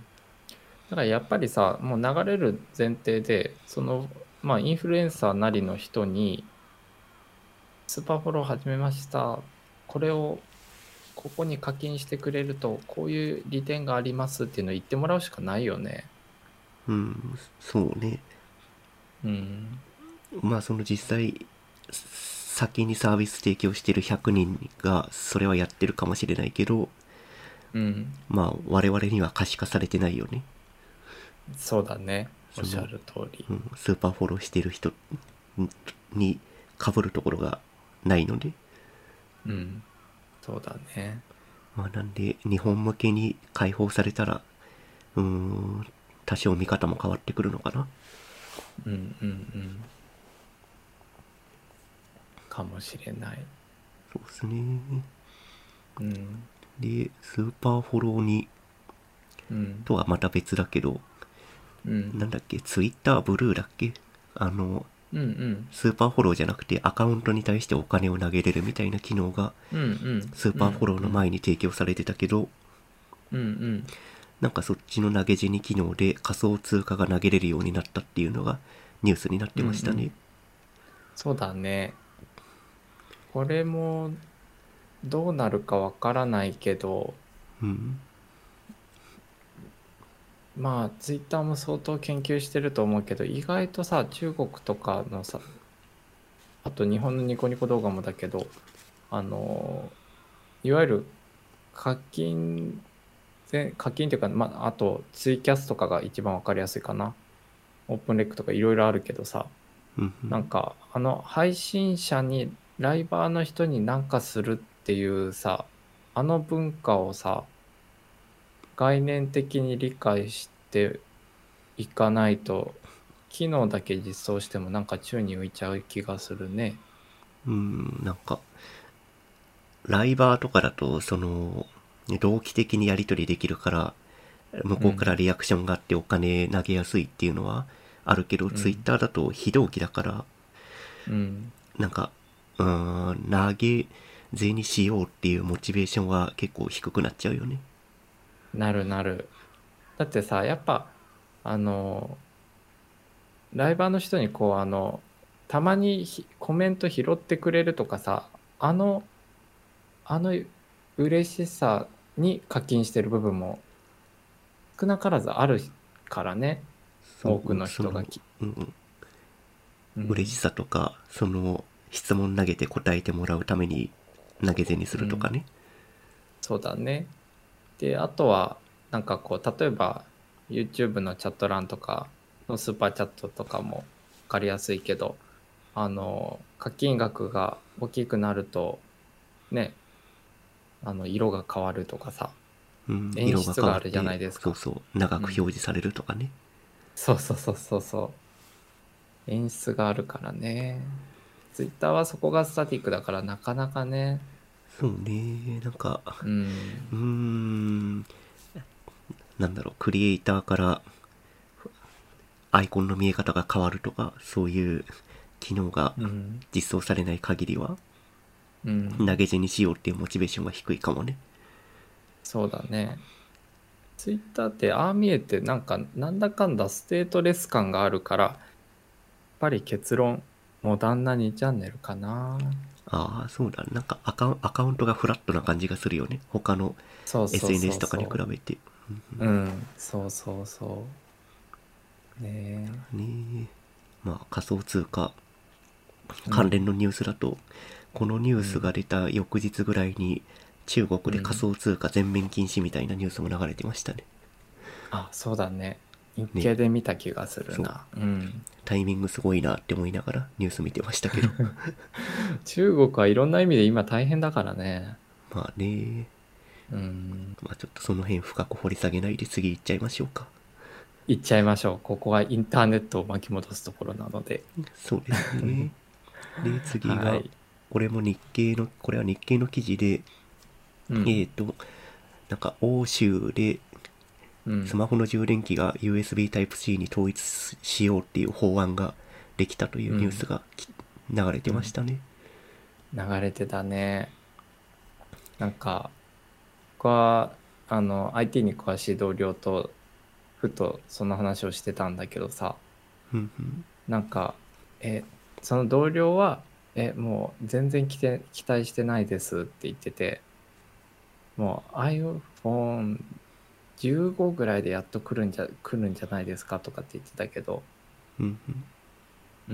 だからやっぱりさ、もう流れる前提で、その、まあインフルエンサーなりの人に、スーパーフォロー始めました。これをここに課金してくれると、こういう利点がありますっていうのを言ってもらうしかないよね。 うん、そうね。 うん。 まあその実際、先にサービス提供してるひゃくにんがそれはやってるかもしれないけど、 うん。 まあ我々には可視化されてないよね。 そうだね。おっその、 しゃる通り。 うん、スーパーフォローしてる人に被るところがないので、 うん。そうだね。 まあなんで日本向けに開放されたら、うーん、多少見方も変わってくるのかな。 うんうんうん。かもしれない。 そうですね。 うん。 で、スーパーフォローに、 うん。 とはまた別だけど、 うん。 なんだっけ、ツイッターブルーだっけ、あの、 うんうんスーパーフォローじゃなくてアカウントに対してお金を投げれるみたいな機能がうんうんスーパーフォローの前に提供されてたけど、 うんうんなんかそっちの投げ銭機能で仮想通貨が投げれるようになったっていうのがニュースになってうんうましたね。 ん。そうだね。これもどうなるかわからないけど、 うん。 まあツイッターも相当研究してると思うけど、意外とさ、中国とかのさ、 あと日本のニコニコ動画もだけど、あのいわゆる課金で課金っていうか、まあ、あとツイキャスとかが一番わかりやすいかな。オープンレックとかいろいろあるけどさ、 うんうなんん。 かあの配信者にライバーの人に何かするっていうさ、あの文化をさ、概念的に理解していかないと、機能だけ実装してもなんか宙に浮いちゃう気がするね。 うん、なんか、ライバーとかだと、その、同期的にやり取りできるから、向こうからうん、 リアクションがあってお金投げやすいっていうのはあるけど、 うん、 ツイッターだと非同期だから、 うん。 なんか、うーん、投げ銭にしようっていうモチベーションは結構低くなっちゃうよね。 なるなる。だってさ、やっぱ、あの、ライバーの人にこう、あの、たまにひコメント拾ってくれるとかさ、あの、あの嬉しさに課金してる部分も少なからずあるからね。 そう、 多くのその、 人がき、 うんうん、 うん、 嬉しさとか、その、質問投げて答えてもらうために投げ銭すうん、 るとかね。 そうだね。で、あとは、なんかこう、例えば YouTube のチャット欄とかのスーパーチャットとかもわかりやすいけど、あの、課金額が大きくなると、ね、あの、色が変わるとかさ、 うん、 演色が変出があるじゃなわって、 いですか。 そうそう、長く表うん。 示されるとかね。 そうそうそうそうそう。演出があるからね。Twitter はそこがスタティックだからなかなかね。 そうね、なんか、 ううーん。 ん、なんだろう、クリエイターからアイコンの見え方が変わるとか、そういう機能がうん。 実装されない限りは、 うん。 投げ銭しようっていうモチベーションが低いかもね。 そうだね。Twitter ってああ見えてなんかなんだかんだステートレス感があるから、やっぱり結論、モダンなにチャンネルかな。 ああ、そうだ。なんかアカウンアカウントがフラットな感じがするよね。他のそうそうそエスエヌエス とかに比うそべて。 う。うん。そうそうそう。ねねえ。まあ仮想通貨え。う関連のん。 ニュースだと、このニュースがうん。 出た翌日ぐらいに中国で仮うん。 想通貨全面禁止みたいなニュースも流れてましたね。 あ、そうだね。日ね、 経で見た気がするそう。 な。うん。 タイミングすごいなって思いながらニュース見てましたけど。 中国はいろんな意味で今大変だからね。 まあね、 うん。 まあちょっとその辺深く掘り下げないで次行っちゃいましょうか。 行っちゃいましょう。ここはインターネットを巻き戻すところなので。 そうですね。で、次が、 はい。 これも日経の、これは日経の記事で、 うん。 えーと、なんか欧州でうん。 スマホの充電器が ユーエスビー Type-C に統一しようっていう法案ができたというニュースうん。 が流れてうん。 ましたね。 流れてたね。なんか、僕は、あの、アイティー に詳しい同僚と、ふとその話をしてたんだけどさ、 うんうん。 なんか、え、その同僚は、え、もう全然期待期待してないですって言ってて、もう アイフォンじゅうご ぐらいでやっと来るんじゃ、来るんじゃないですかとかって言ってたけど、 うんうん。 うん、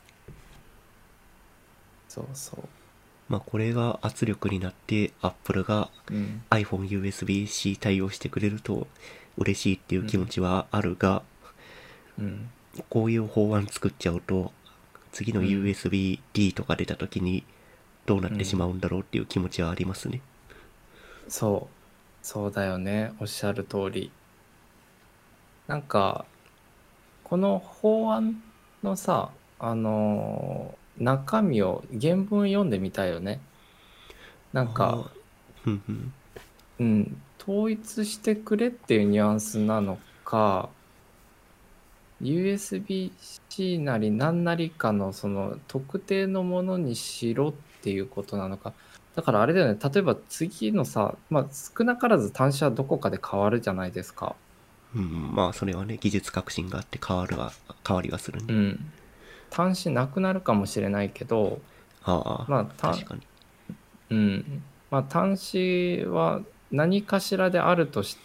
そうそまあこれが圧力になって Apple がう。うん、 iPhone ユーエスビー-C 対応してくれると嬉しいっていう気持うん、 ちはあるが、 うん、 こういう法案作っちゃうと次のうん、 ユーエスビー-D とか出た時にどうなってしまうん。 うんだろうっていう気持ちはありますね。 そう、そうだよね。おっしゃる通り。なんか、この法案のさ、あのー中身を原文読んでみたいよね。なんか、 ああ、ふんふん。 うん、統一してくれっていうニュアンスなのか、ユーエスビー-C なり何なりかのその特定のものにしろっていうことなのか。だからあれだよね。例えば次のさ、まあ少なからず端子はどこかで変わるじゃないですか。 うん、まあそれはね、技術革新があって変わるは、変わりはするね。 うん。端子なくなるかもしれないけど、 ああ、 まあた、 確かに。 うん。まあ端子は何かしらであるとして、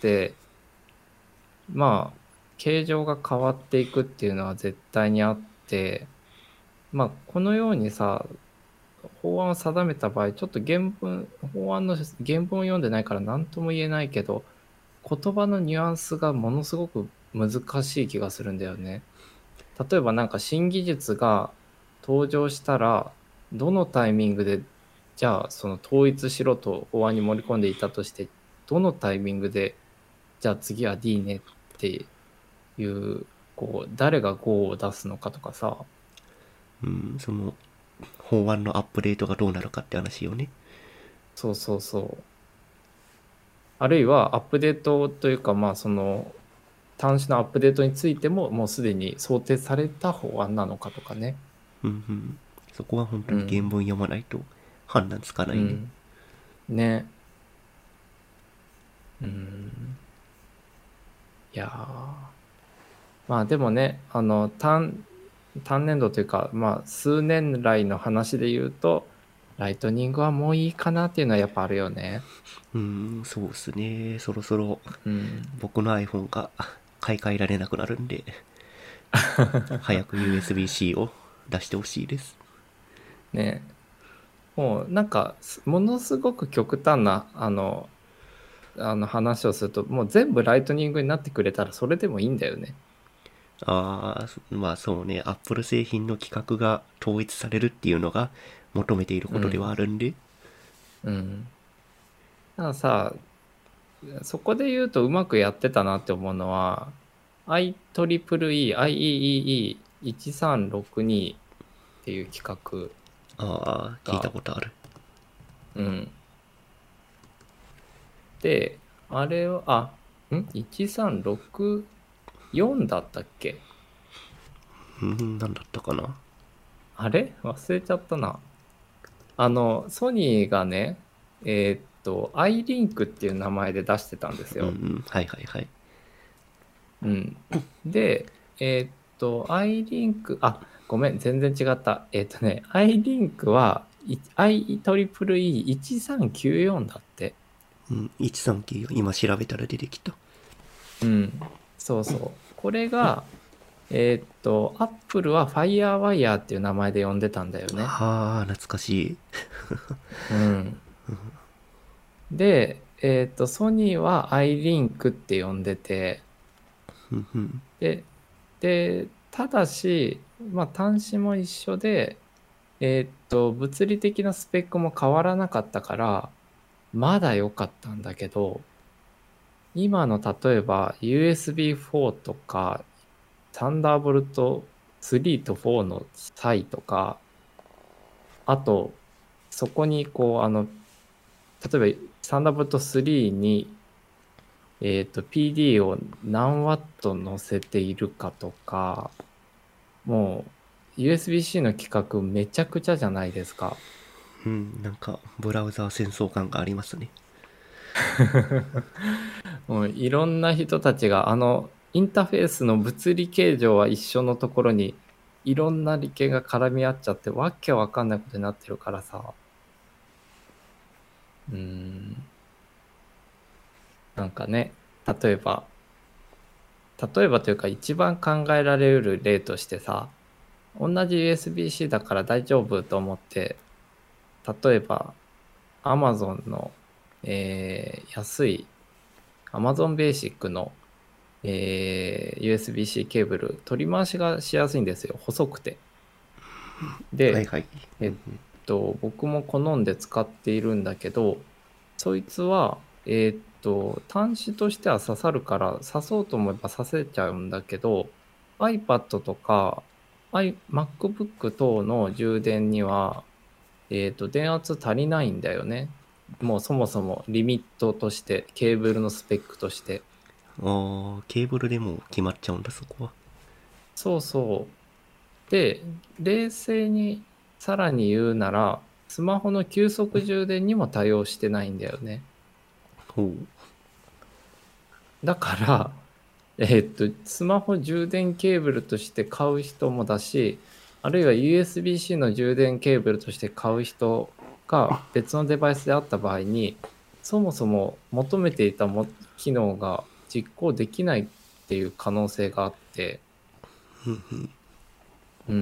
まあ形状が変わっていくっていうのは絶対にあって、 まあこのようにさ、法案を定めた場合、ちょっと原文、法案の原文を読んでないから何とも言えないけど、言葉のニュアンスがものすごく難しい気がするんだよね。例えばなんか新技術が登場したら、どのタイミングで、じゃあその統一しろと法案に盛り込んでいたとして、どのタイミングで、じゃあ次は D ねっていう、こう、誰が ゴー を出すのかとかさ、 うん、その、法案のアップデートがどうなるかって話よね。 そうそうそう。あるいはアップデートというか、まあその、端子のアップデートについてももうすでに想定された法案なのかとかね。 うんうん。そこは本当に原うん。 文読まないと判断つかないね。 うん。ね。うん。いやー。まあでもね、あの、単、単年度というか、まあ数年来の話で言うと、ライトニングはもういいかなっていうのはやっぱあるよね。 うーん、そうっすね。そろそろうん。 僕の iPhone が買い替えられなくなるんで、早く ユーエスビー-C を出してほしいです。 ね。もうなんか、すものすごく極端な、あの、あの話をすると、もう全部ライトニングになってくれたらそれでもいいんだよね。 ああ、まあそうね。Apple 製品の規格が統一されるっていうのが求めていることではあうん。 るんで。 うん。たださ、そこで言うとうまくやってたなって思うのは、アイトリプルイー、アイイーイーイーいちさんろくに っていう企画ああ、聞いたが、 ことある。 うん。で、あれは、あ、ん ?いちさんろくよん だったっけ？ うん、なんだったかな。 あれ忘れちゃったな。あの、ソニーがね、えーっと、アイリンクっていう名前で出してたんですよ。 うんうん、はいはいはい。 うん。で、えーっと、アイリンク、あ、ごめん、全然違った。えーっとね、アイリンクは、い アイイーイーいちさんきゅうよん だって。 うん、いちさんきゅうよん、今調べたら出てきた。 うん。そうそう。これが、えーっと、アップルは FireWire っていう名前で呼んでたんだよね。 はあ、懐かしい。 うん。で、えーっと、ソニーは アイリンクって呼んでて、 うんうん。 で、で、ただし、まあ、端子も一緒で、えーっと、物理的なスペックも変わらなかったから、まだ良かったんだけど、今の例えば ユーエスビーフォー とか、サンダーボルトスリーとフォーの際とか、あと、そこにこう、あの、例えばサンダーボルトスリーに、えーっと、ピーディー を何ワット乗せているかとか、もう ユーエスビー-C の規格めちゃくちゃじゃないですか。 うん、なんか、ブラウザー戦争感がありますね。 もういろんな人たちがあのインターフェースの物理形状は一緒のところにいろんな理系が絡み合っちゃってわけわかんないことになってるからさ。うーん。なんかね、例えば、例えばというか一番考えられる例としてさ、同じ ユーエスビー-C だから大丈夫と思って、例えば Amazon の、えー安い Amazon Basic のえー ユーエスビー-C ケーブル取り回しがしやすいんですよ。細くて。で、 はいはい。 えっと、僕も好んで使っているんだけど、そいつは、えっと、端子としては刺さるから刺そうと思えば刺せちゃうんだけど、iPad とか i MacBook 等の充電には、えっと、電圧足りないんだよね。もうそもそもリミットとして、ケーブルのスペックとして。 ああ、ケーブルでもう決まっちゃうんだ、そこは。 そうそう。で、冷静にさらに言うなら、スマホの急速充電にも対応してないんだよね。 ほう。 だから、えーっと、スマホ充電ケーブルとして買う人もだし、あるいは ユーエスビー-C の充電ケーブルとして買う人が別のデバイスであった場合に、そもそも求めていたも機能が実行できないっていう可能性があって、うん。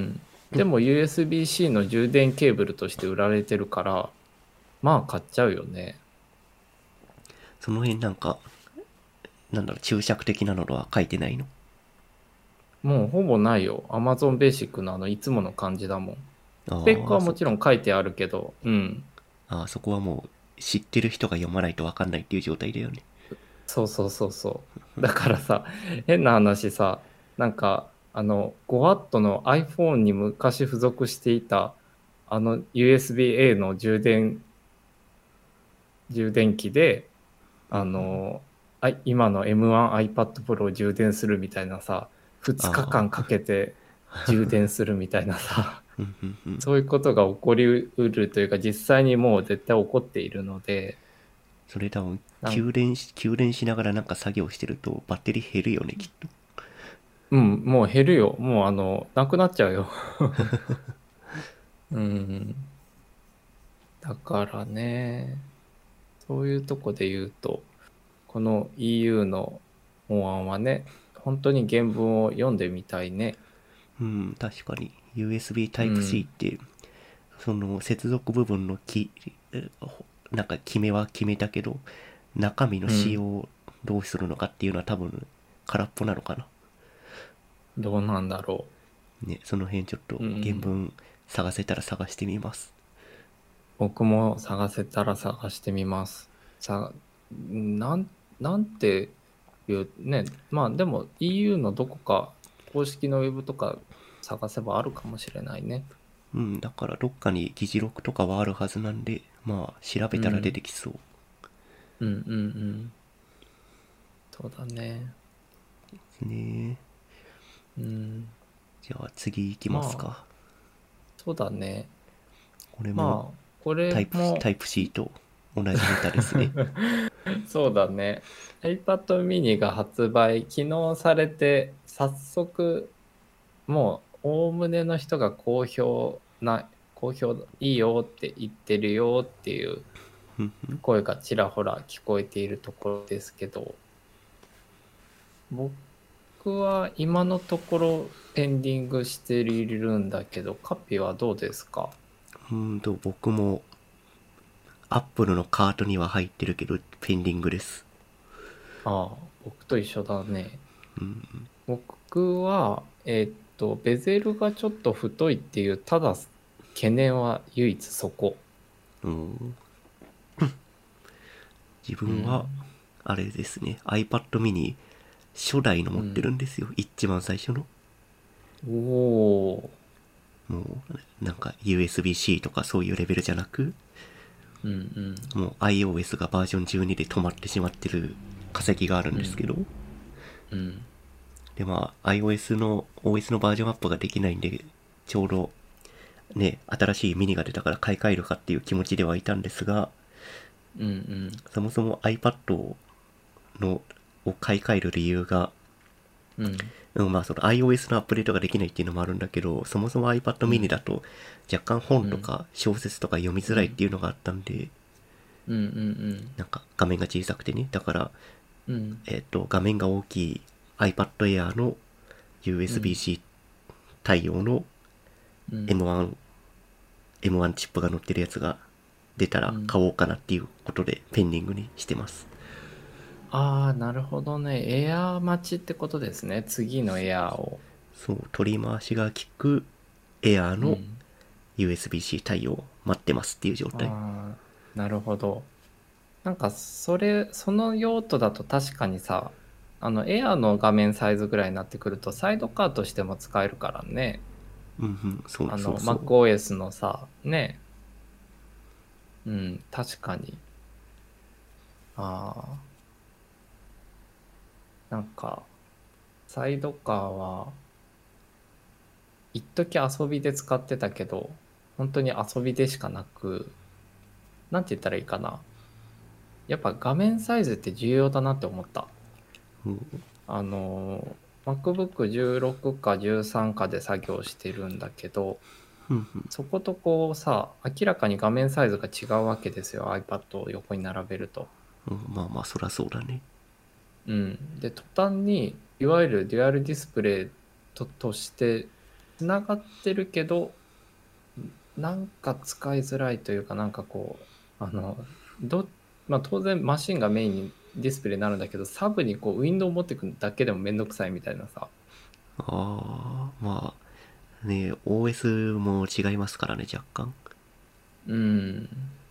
でも ユーエスビー-C の充電ケーブルとして売られてるから、まあ買っちゃうよね。 その辺なんか、なんだろう、注釈的なのは書いてないの？ もうほぼないよ。Amazon Basic のあのいつもの感じだもん。スペックああ、そっか。 はもちろん書いてあるけど、うん。 ああ、そこはもう知ってる人が読まないとわかんないっていう状態だよね。 そうそうそうそう。だからさ、変な話さ、なんか、あの、ごワット の iPhone に昔付属していた、あの ユーエスビー-A の充電、充電器で、あの、あ今の エムワンアイパッド Pro を充電するみたいなさ、ふつかかんかああ、 けて充電するみたいなさ、 うんうんうん。 そういうことが起こりうるというか、実際にもう絶対起こっているので、 それ多分、 なん給電し、給電しながらなんか作業してるとバッテリー減るよね、きっと。 うん、もう減るよ。もうあの、なくなっちゃうよ。うん。だからね、そういうとこで言うと、この イーユー の法案はね、本当に原文を読んでみたいね。 うん、確かに。ユーエスビーう Type-C っん。 て、その接続部分のき、えほなんか決めは決めたけど、中身のうん。 仕様をどうするのかっていうのは多分空っぽなのかな。 どうなんだろね、その辺ちょっう。 とうん。 原文探せたら探してみます。 僕も探せたら探してみます。さ、なん、なんていうね、まあでも イーユー のどこか公式のウェブとか探せばあるかもしれないね。 うん、だからどっかに議事録とかはあるはずなんで、まあ調べたら出うん。 てきそう。 うんうんうん。そうだね。 ですね。 うん。 じゃあ次行きますまあ、 か。 そうだね。 これもまあ、これタイプ、タもイプ C と同じネタですね。 そうだね。iPad mini が発売、昨日されて、早速、もう、おおむねの人が好評な、好評いいよって言ってるよっていう声がちらほら聞こえているところですけど、僕は今のところペンディングしているんだけど、カピはどうですか？ うんと、僕もアップルのカートには入ってるけど、ペンディングです。 ああ、僕と一緒だね。僕は、えーっと、ベゼルがちょっと太いっていう、ただ懸念は唯一そこ。 うん、自う分は、 ん。 あれですね、iPad mini 初代の持ってるうん。 んですよ。一番最初の。 おお。 もう、なんか ユーエスビー-C とかそういうレベルじゃなく、 うんうん。 もう iOS がバージョンじゅうにで止まってしまってる化石があるんうん。 ですけど、 うん。 でまあ iOS の オーエス のバージョンアップができないんで、ちょうどね、新しいミニが出たから買い替えるかっていう気持ちではいたんですが、 うんうん。 そもそも iPad のを買い替える理由が、 うん。 うん、まあその iOS のアップデートができないっていうのもあるんだけど、そもそも iPad う mini ん。 だと若干本うん。 とか小説とか読みづらいっうん。 ていうのがあったんで、 うん。 なんか画面が小さくてね、だから、 うん。 えっ、と、画面が大きい iPad Air のうん。 ユーエスビー-C 対応のうん。 エムワン、エムワン チップが載ってるやつが出たらうん。 買おうかなっていうことでペンディングにしてます。 ああ、なるほどね。エアー待ちってことですね。次のエアーを。 そう、取り回しが効く Air のうん。 ユーエスビー-C 対応待ってますっていう状態。 ああ、なるほど。なんか、それ、その用途だと確かにさ、あの、エアーの画面サイズぐらいになってくると、サイドカーとしても使えるからね。 うんうん、そうあの、 そうそう。 MacOS のさ、ね。うん、確かに。ああ、なんか、サイドカーは、一時遊びで使ってたけど、本当に遊びでしかなく、なんて言ったらいいかな。やっぱ画面サイズって重要だなって思った。 うん、 あの、MacBook じゅうろくかじゅうさんかで作業してるんだけど、そことこうさ、明らかに画面サイズが違うわけですよ。iPad を横に並べると。 うん、まあまあそらそうだね。 うん。で、途端に、いわゆるデュアルディスプレイと、としてつながってるけど、なんか使いづらいというか、なんかこう、あの、ど、まあ当然マシンがメインにディスプレイになるんだけど、サブにこうウィンドウを持ってくるだけでもめんどくさいみたいなさ。 ああ、まあ、ね、オーエス も違いますからね、若干。 うん。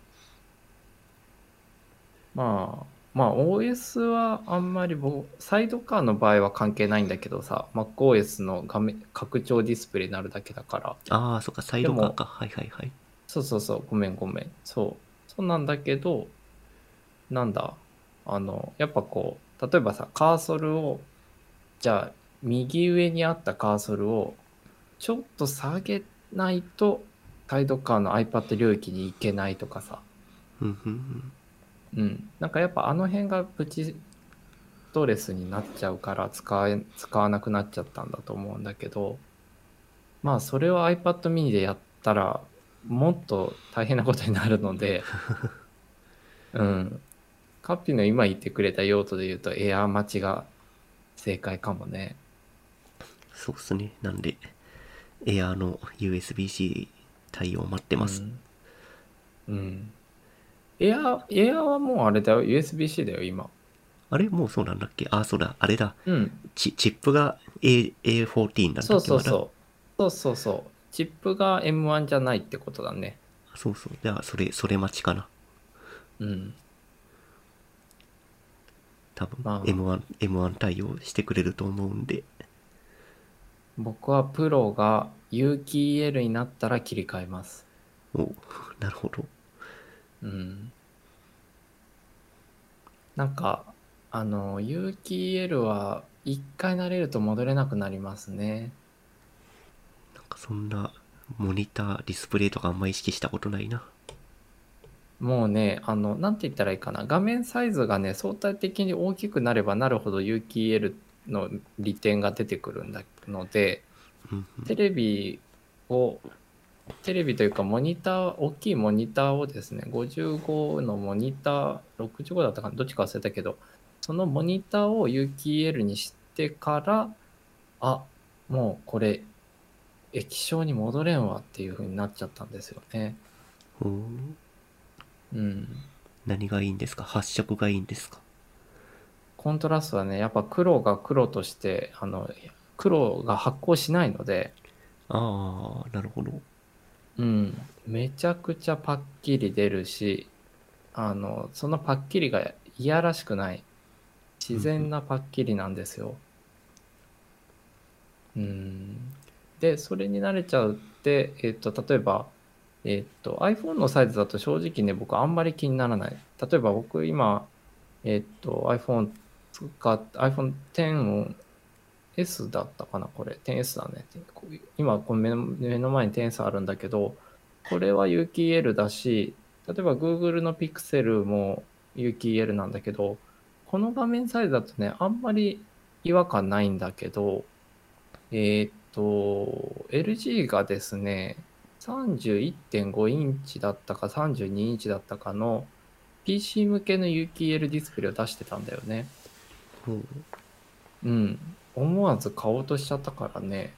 まあ、まあ オーエス はあんまり僕、サイドカーの場合は関係ないんだけどさ、MacOS の画面、拡張ディスプレイになるだけだから。 ああ、そっか、サイでも、 ドカーか。はいはいはい。 そうそうそう、ごめんごめん。そう。そうなんだけど、なんだ、あの、やっぱこう、例えばさ、カーソルを、じゃあ、右上にあったカーソルを、ちょっと下げないと、サイドカーの iPad 領域に行けないとかさ。 うんうんうん。 うん。なんかやっぱあの辺がプチストレスになっちゃうから使え、使わなくなっちゃったんだと思うんだけど、まあそれを iPad mini でやったら、もっと大変なことになるので、うん。カッピーの今言ってくれた用途で言うと、エアー待ちが正解かもね。 そうっすね。なんで、エアーの ユーエスビーシー 対応待ってます。 うん。うん。エアー、エアーはもうあれだよ。ユーエスビーシー だよ、今。 あれもうそうなんだっけ？あ、そうだ、あれだ。 うん。 チ、チップが A、エーよんじゅう なんだそうっけ、まだ。 そうそう。そうそうそう。チップが エムワン じゃないってことだね。 そうそう。じゃあ、それ、それ待ちかな。 うん。 多分、 まあ、 エムワン、エムワン 対応してくれると思うんで。 僕はプロが有機 イーエル になったら切り替えます。 お、なるほど。 うん。なんか、あの、有機 イーエル は一回慣れると戻れなくなりますね。 なんかそんな、モニター、ディスプレイとかあんま意識したことないな。 もうね、あの、なんて言ったらいいかな。画面サイズがね、相対的に大きくなればなるほど有機 イーエル の利点が出てくるんだので、 うんテレビを、テレビというかモニター、大きいモニターをですね、ごじゅうごのモニター、ろくじゅうごだったかな、どっちか忘れたけど、そのモニターを有機 イーエル にしてから、あ、もうこれ、液晶に戻れんわっていう風になっちゃったんですよね。 うん。おー、 うん。 何がいいんですか？発色がいいんですか？ コントラストはね、やっぱ黒が黒として、あの、黒が発光しないので、 ああ、なるほど。 うん、めちゃくちゃパッキリ出るし、あの、そのパッキリがいやらしくない、自然なパッキリなんですよ。うん。で、それに慣れちゃうって、えっと、例えば、えっと、iPhone のサイズだと正直ね、僕あんまり気にならない。例えば僕今、えっと、iPhone 使っ、iPhone X S だったかな、これ。テンエス だね。こういう今、この目の目の前に テンエス あるんだけど、これは有機 イーエル だし、例えば Google の Pixel も有機 イーエル なんだけど、この画面サイズだとね、あんまり違和感ないんだけど、えーっと、エルジー がですね、さんじゅういってんごインチだったかさんじゅうにインチだったかの ピーシー 向けの有機 イーエル ディスプレイを出してたんだよね。 ほう。 うん。思わず買おうとしちゃったからね。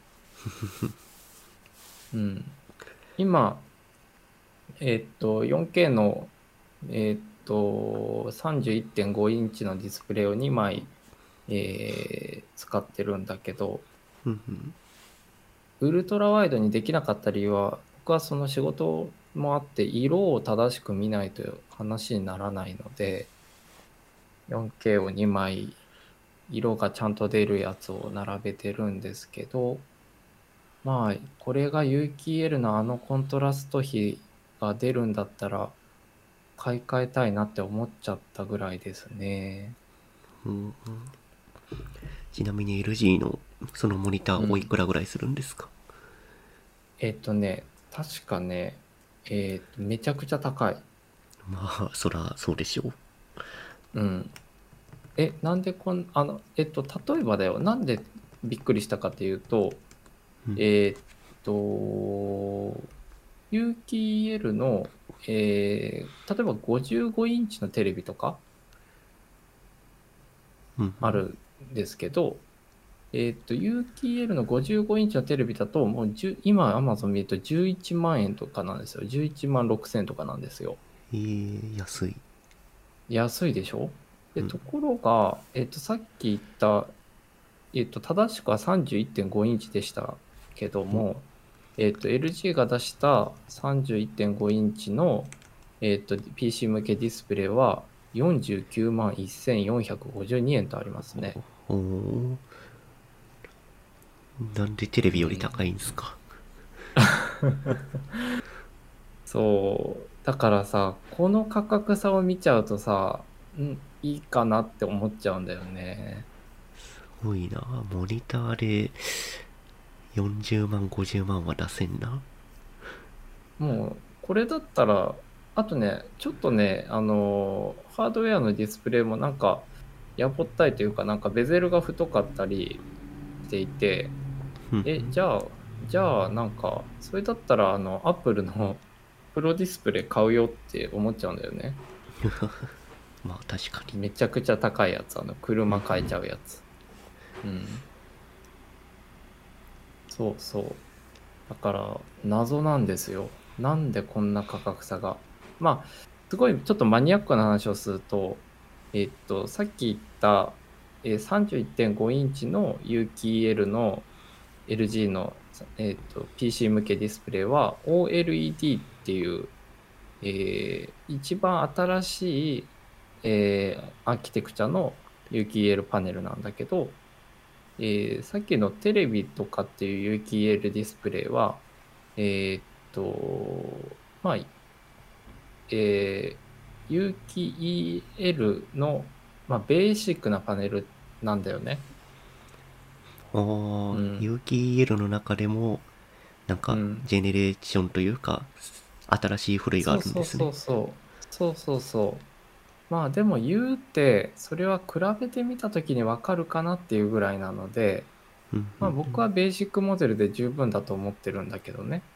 うん。今、えーっと、よんケー の、えーっと、さんじゅういってんごインチのディスプレイをにまい、えー使ってるんだけど、 うんうん。 ウルトラワイドにできなかった理由は、僕はその仕事もあって、色を正しく見ないと話にならないので、よんケー をにまい、色がちゃんと出るやつを並べてるんですけど、まあ、これが有機 イーエル のあのコントラスト比が出るんだったら、買い替えたいなって思っちゃったぐらいですね。 うんうん。ちなみに エルジー のそのモニターおいうん。 くらぐらいするんですか？ えっとね、確かね、えっと、めちゃくちゃ高い。 まあ、そら、そうでしょう。 うん。え、なんでこん、あの、えっと、例えばだよ、なんでびっくりしたかっていうと、 うん。 えーっと、有機 イーエル の、えー例えばごじゅうごインチのテレビとかうんうん。 あるんですけど、 えっと、有機 イーエル のごじゅうごインチのテレビだと、もう10今 Amazon 見るとじゅういちまん円とかなんですよ。じゅういちまんろくせんとかなんですよ。 えー、安い。 安いでしょ。で、 うん。 ところが、えっと、さっき言った、えっと、正しくは さんじゅういってんご インチでしたけどお、 も、えっと、エルジー が出した さんじゅういってんご インチの、えっと、ピーシー 向けディスプレイはよんじゅうきゅうまんせんよんひゃくごじゅうにえんとありますね。 おー、なんでテレビよりうん。 高いんすか？ そう。だからさ、この価格差を見ちゃうとさ、ん、いいかなって思っちゃうんだよね。 すごいな。モニターでよんじゅうまん、ごじゅうまんは出せんな。 もう、これだったら、あとね、ちょっとね、あの、ハードウェアのディスプレイもなんか、やぼったいというか、なんかベゼルが太かったりしていて、 うん。 え、じゃあ、じゃあ、なんか、それだったら、あの、アップルのプロディスプレイ買うよって思っちゃうんだよね。 まあ確かに。 めちゃくちゃ高いやつ、あの、車買えちゃうやつ。うん。そうそう。だから、謎なんですよ。なんでこんな価格差が。まあ、すごいちょっとマニアックな話をすると、えっと、さっき言った、えー、さんじゅういってんごインチの有機 イーエル の エルジー の、えっと、ピーシー 向けディスプレイは オーエルイーディー っていう、えー一番新しい、えーアーキテクチャの有機 イーエル パネルなんだけど、えーさっきのテレビとかっていう有機 イーエル ディスプレイは、えーっと、まあ、えー有機 イーエル の、まあ、ベーシックなパネルなんだよね。 ああ、 うん。 有機 イーエル の中でも、なんか、 うん。 ジェネレーションというか、新しい古いがあそうるんですね。 そうそうそう。そうそうそう。まあでも言うて、それは比べてみたときにわかるかなっていうぐらいなので、 うん、うん、 まあ僕はベーシックモデルで十分だと思ってるんだけどね。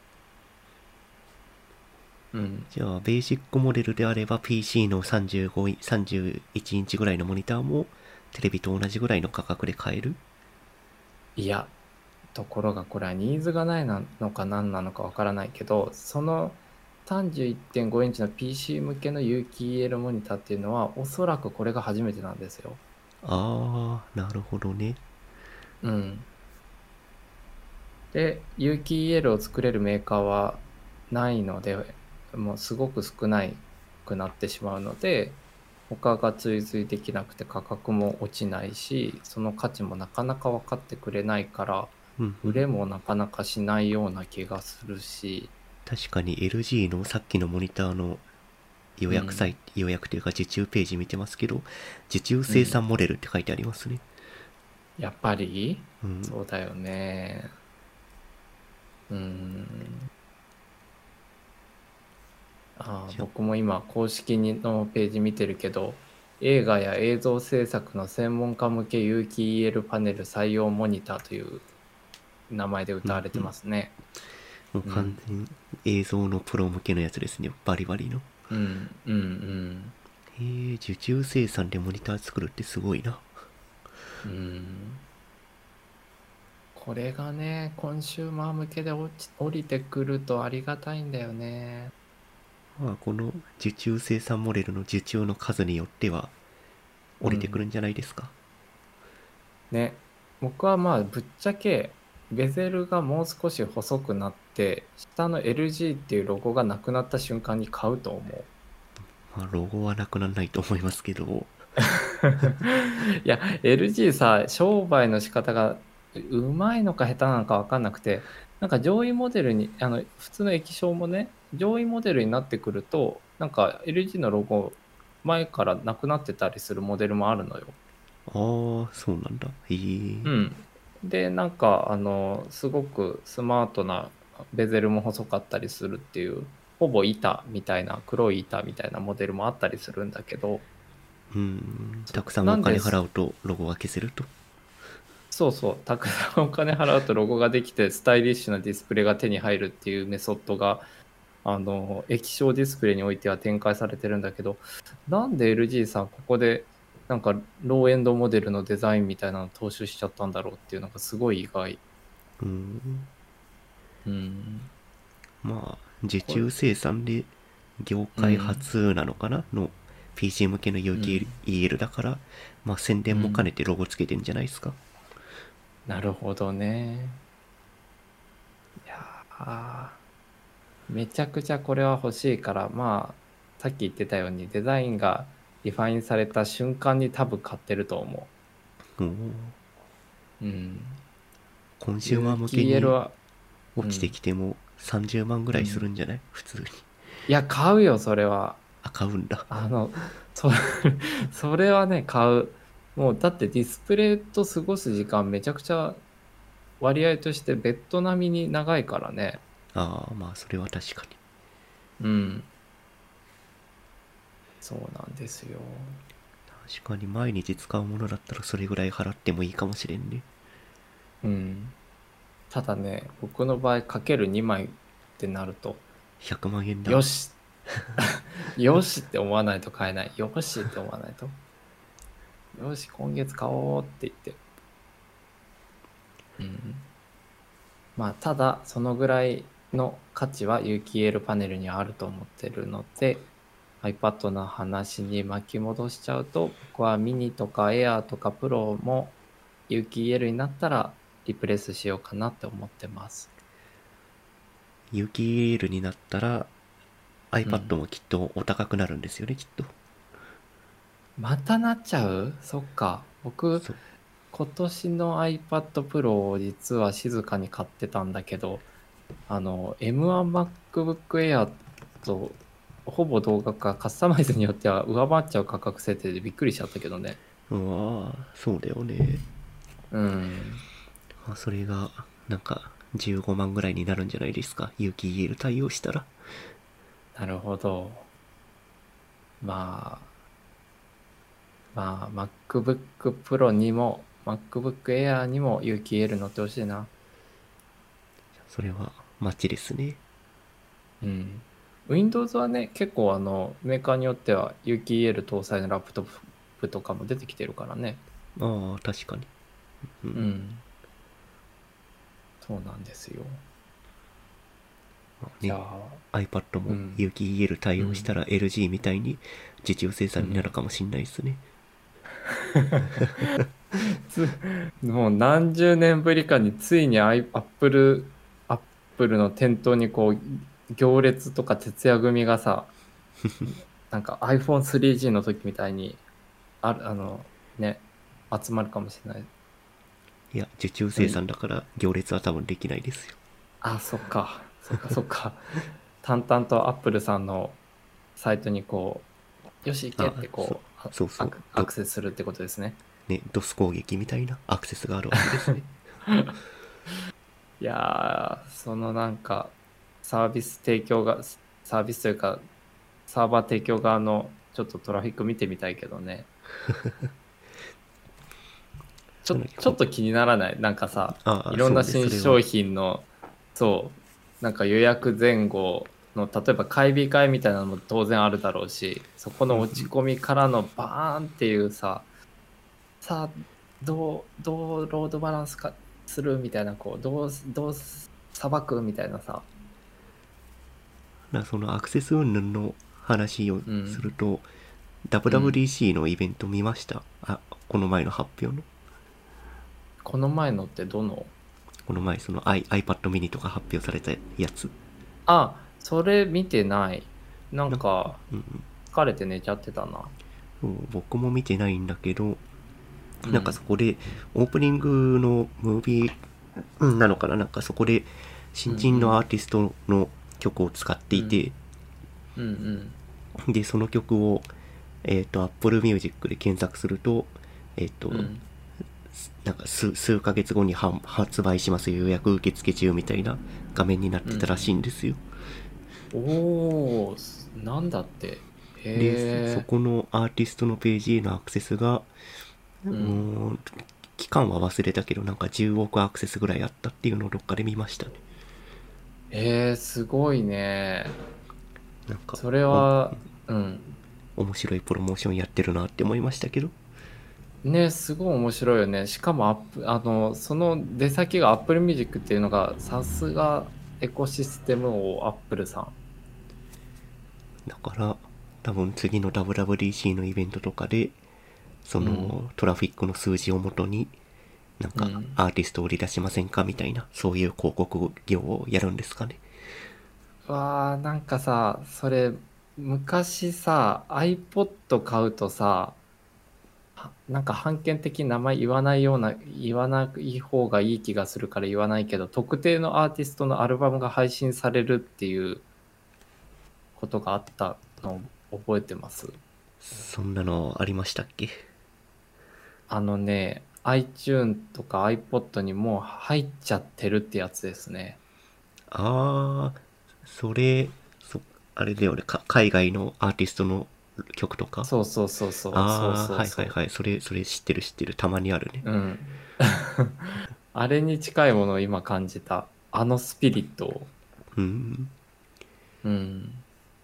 うん。 じゃあ、ベーシックモデルであれば ピーシー のさんじゅうごイン、さんじゅういちインチぐらいのモニターもテレビと同じぐらいの価格で買える？ いや、ところがこれはニーズがないなのか何なのかわからないけど、そのさんじゅういってんごインチの ピーシー 向けの有機 イーエル モニターっていうのは、おそらくこれが初めてなんですよ。 ああ、なるほどね。 うん。で、有機 イーエル を作れるメーカーはないので、もうすごく少ないくなってしまうので、他が追随できなくて価格も落ちないし、その価値もなかなか分かってくれないから、 うんうん。 売れもなかなかしないような気がするし、 確かに エルジー のさっきのモニターの予約サイうん、 ト、予約というか受注ページ見てますけど、受注うん。 生産モデルって書いてありますね。 やっぱりうん。 そうだよね。うん。ああ、 じゃ、 僕も今公式にのページ見てるけど、映画や映像制作の専門家向け有機 イーエル パネル採用モニターという名前でうん歌われてうん。 ますね。 もううん。 完全映像のプロ向けのやつですね。バリバリの。 うん、うん、うん。 へえ、受注生産でモニター作るってすごいな。 うん。これがね、コンシューマー向けで落ち降りてくるとありがたいんだよね。 まあ、この受注生産モデルの受注の数によっては降うん。 りてくるんじゃないですか。 ね。僕はまあ、ぶっちゃけ、ベゼルがもう少し細くなって、下の エルジー っていうロゴがなくなった瞬間に買うと思う。 まあ、ロゴはなくならないと思いますけど、 いや、エルジー さ、商売の仕方がうまいのか下手なのか分かんなくて、なんか上位モデルに、あの、普通の液晶もね、上位モデルになってくると、なんか エルジー のロゴ、前からなくなってたりするモデルもあるのよ。 ああ、そうなんだ。へえ。 うん。で、なんか、あの、すごくスマートなベゼルも細かったりするっていう、ほぼ板みたいな、黒い板みたいなモデルもあったりするんだけど、 うん、たそくさんお金なんです。 払うとロゴが消せると。 そうそう、たくさんお金払うとロゴができて、スタイリッシュなディスプレイが手に入るっていうメソッドが、あの、液晶ディスプレイにおいては展開されてるんだけど、なんで エルジー さん、ここでなんかローエンドモデルのデザインみたいなの踏襲しちゃったんだろうっていうのがすごい意外。 うん。 うん。 まあ、受これ、 注生産で業界うん。 初なのかなの ピーシー 向けのうん。 ユーキーイーエル だから、まあ宣伝も兼うん。 ねてロゴつけてんじゃないですか。 なるほどね。いやー、めちゃくちゃこれは欲しいから、まあ、さっき言ってたようにデザインがディファインされた瞬間に多分買ってると思おー、 う。うん。 コンシューマー向けユーキーエルには、 落ちてうん。 きてもさんじゅうまんぐらいすうん。 るんじゃない普通に。 いや、買うよ、それは。 あ、買うんだ。 あの、それそれはね、買う。もう、だってディスプレイと過ごす時間めちゃくちゃ割合としてベッド並みに長いからね。 ああ、まあそれは確かに。 うん。そうなんですよ。 確かに毎日使うものだったらそれぐらい払ってもいいかもしれんね。 うん。ただね、僕の場合かけるにまいってなると、 ひゃくまん円だ。 よしよしって思わないと買えない。よしって思わないと。よし、今月買おうって言って。うん。まあ、ただ、そのぐらいの価値は有機 イーエル パネルにはあると思ってるので、iPad の話に巻き戻しちゃうと、僕はミニとか Air とか Pro も有機 イーエル になったらリプレイスしようかなって思ってます。 有機 イーエル になったらうん。 iPad もきっとお高くなるんですよね、きっと。 またなっちゃう？そっか。僕、 そう。 今年の iPad Pro を実は静かに買ってたんだけど、あの、エムワン MacBook Air とほぼ同額かカスタマイズによっては上回っちゃう価格設定でびっくりしちゃったけどね。 うわあ、そうだよね。 うん。 まあ、それが、なんか、じゅうごまんぐらいになるんじゃないですか。有機 イーエル 対応したら。 なるほど。まあ、まあ、MacBook Pro にも MacBook Air にも有機 イーエル 乗ってほしいな。 それは、マッチですね。 うん。Windows はね、結構あの、メーカーによっては有機 イーエル 搭載のラップトップとかも出てきてるからね。 ああ、確かに。うん。 うん。そうなんですよ。 まあね、 じゃあ、 iPad もうん。 有機 イーエル 対うん。 応したら エルジー みたいに受注生産になるうん。 かもしんないですね。 つもう何十年ぶりかについに i- Apple、Apple の店頭にこう、行列とか徹夜組がさ、なんか アイフォンスリージー の時みたいに、ある、あの、ね、集まるかもしれない。 いや、受注うん。 生産だから行列は多分できないですよ。 あ、そっか。そっかそっか。淡々と Apple さんのサイトにこう、よし行けっあ、そ、 てこう、 そうそう。 アク、アど、 クセスするってことですね。 ね、ドス攻撃みたいなアクセスがあるわけですね。 いやー、そのなんか、サービス提供が、サービスというか、サーバー提供側のちょっとトラフィック見てみたいけどね。ちょ、 そういうのちょっと気にならない。なんかさ、 ああ、 いろんなそうね、それは。 新商品の、そう、なんか予約前後の、例えば買い控えみたいなのも当然あるだろうし、そこの落ち込みからのバーンっていうさ、さあ、どう、どうロードバランス化するみたいな、こう、どう、どうさばくみたいなさ、 なそのアクセス云々の話をうん、 すると、 うん。 ダブリューダブリューディーシー のイベント見ました？あ、この前の発表の。 この前のってどの？ この前その i- iPad mini とか発表されたやつ。 あ、それ見てない。なんなんか、 か、 うん、 疲れて寝ちゃってたな。 僕も見てないんだけど、なんかそうん、 こでオープニングのムービーなのかな、なんかそこでうん、 新うん、 人のアーティストの曲を使ってうん、 いて、 うん、うん、 で、その曲を、えっ、と、Apple Music で検索すると、えっ、と、 うん。 なんか数数ヶ月後に発売します予約受付中みたいな画面になってたらしいうん。 んですよ。 おー、すなんだって。 で、そへえ。 このアーティストのページへのアクセスが、うーうん。 ん、期間は忘れたけど、なんかじゅうおくアクセスぐらいあったっていうのをどっかで見ましたね。 へえ、すごいね。 なんか、 それお、 は、うん。 面白いプロモーションやってるなって思いましたけど。 ね、すごい面白いよね。しかもアップ、あの、その出先が Apple Music っていうのが、さすがエコシステムを Apple さん。 だから多分次の ダブリューダブリューディーシー のイベントとかでそうん。 のトラフィックの数字をもとになんかうん。 アーティストを売り出しませんかみたいな、そういう広告業をやるんですかね。 わあ、なんかさ、それ、昔さ、iPod 買うとさ、はなんか判権的に名前言わないような、言わない方がいい気がするから言わないけど、特定のアーティストのアルバムが配信されるっていうことがあったのを覚えてます？ そんなのありましたっけ？ あのね、iTunes とか iPod にもう入っちゃってるってやつですね。 あー、それ、そ、あれだよね、か海外のアーティストの曲とか。 そうそうそうそう、そうあー、 そうそはいはいはい、それ、それ知ってる知ってる、たまにあるね。 う。うん。あれに近いものを今感じた。あのスピリットを。 うーん。 うん。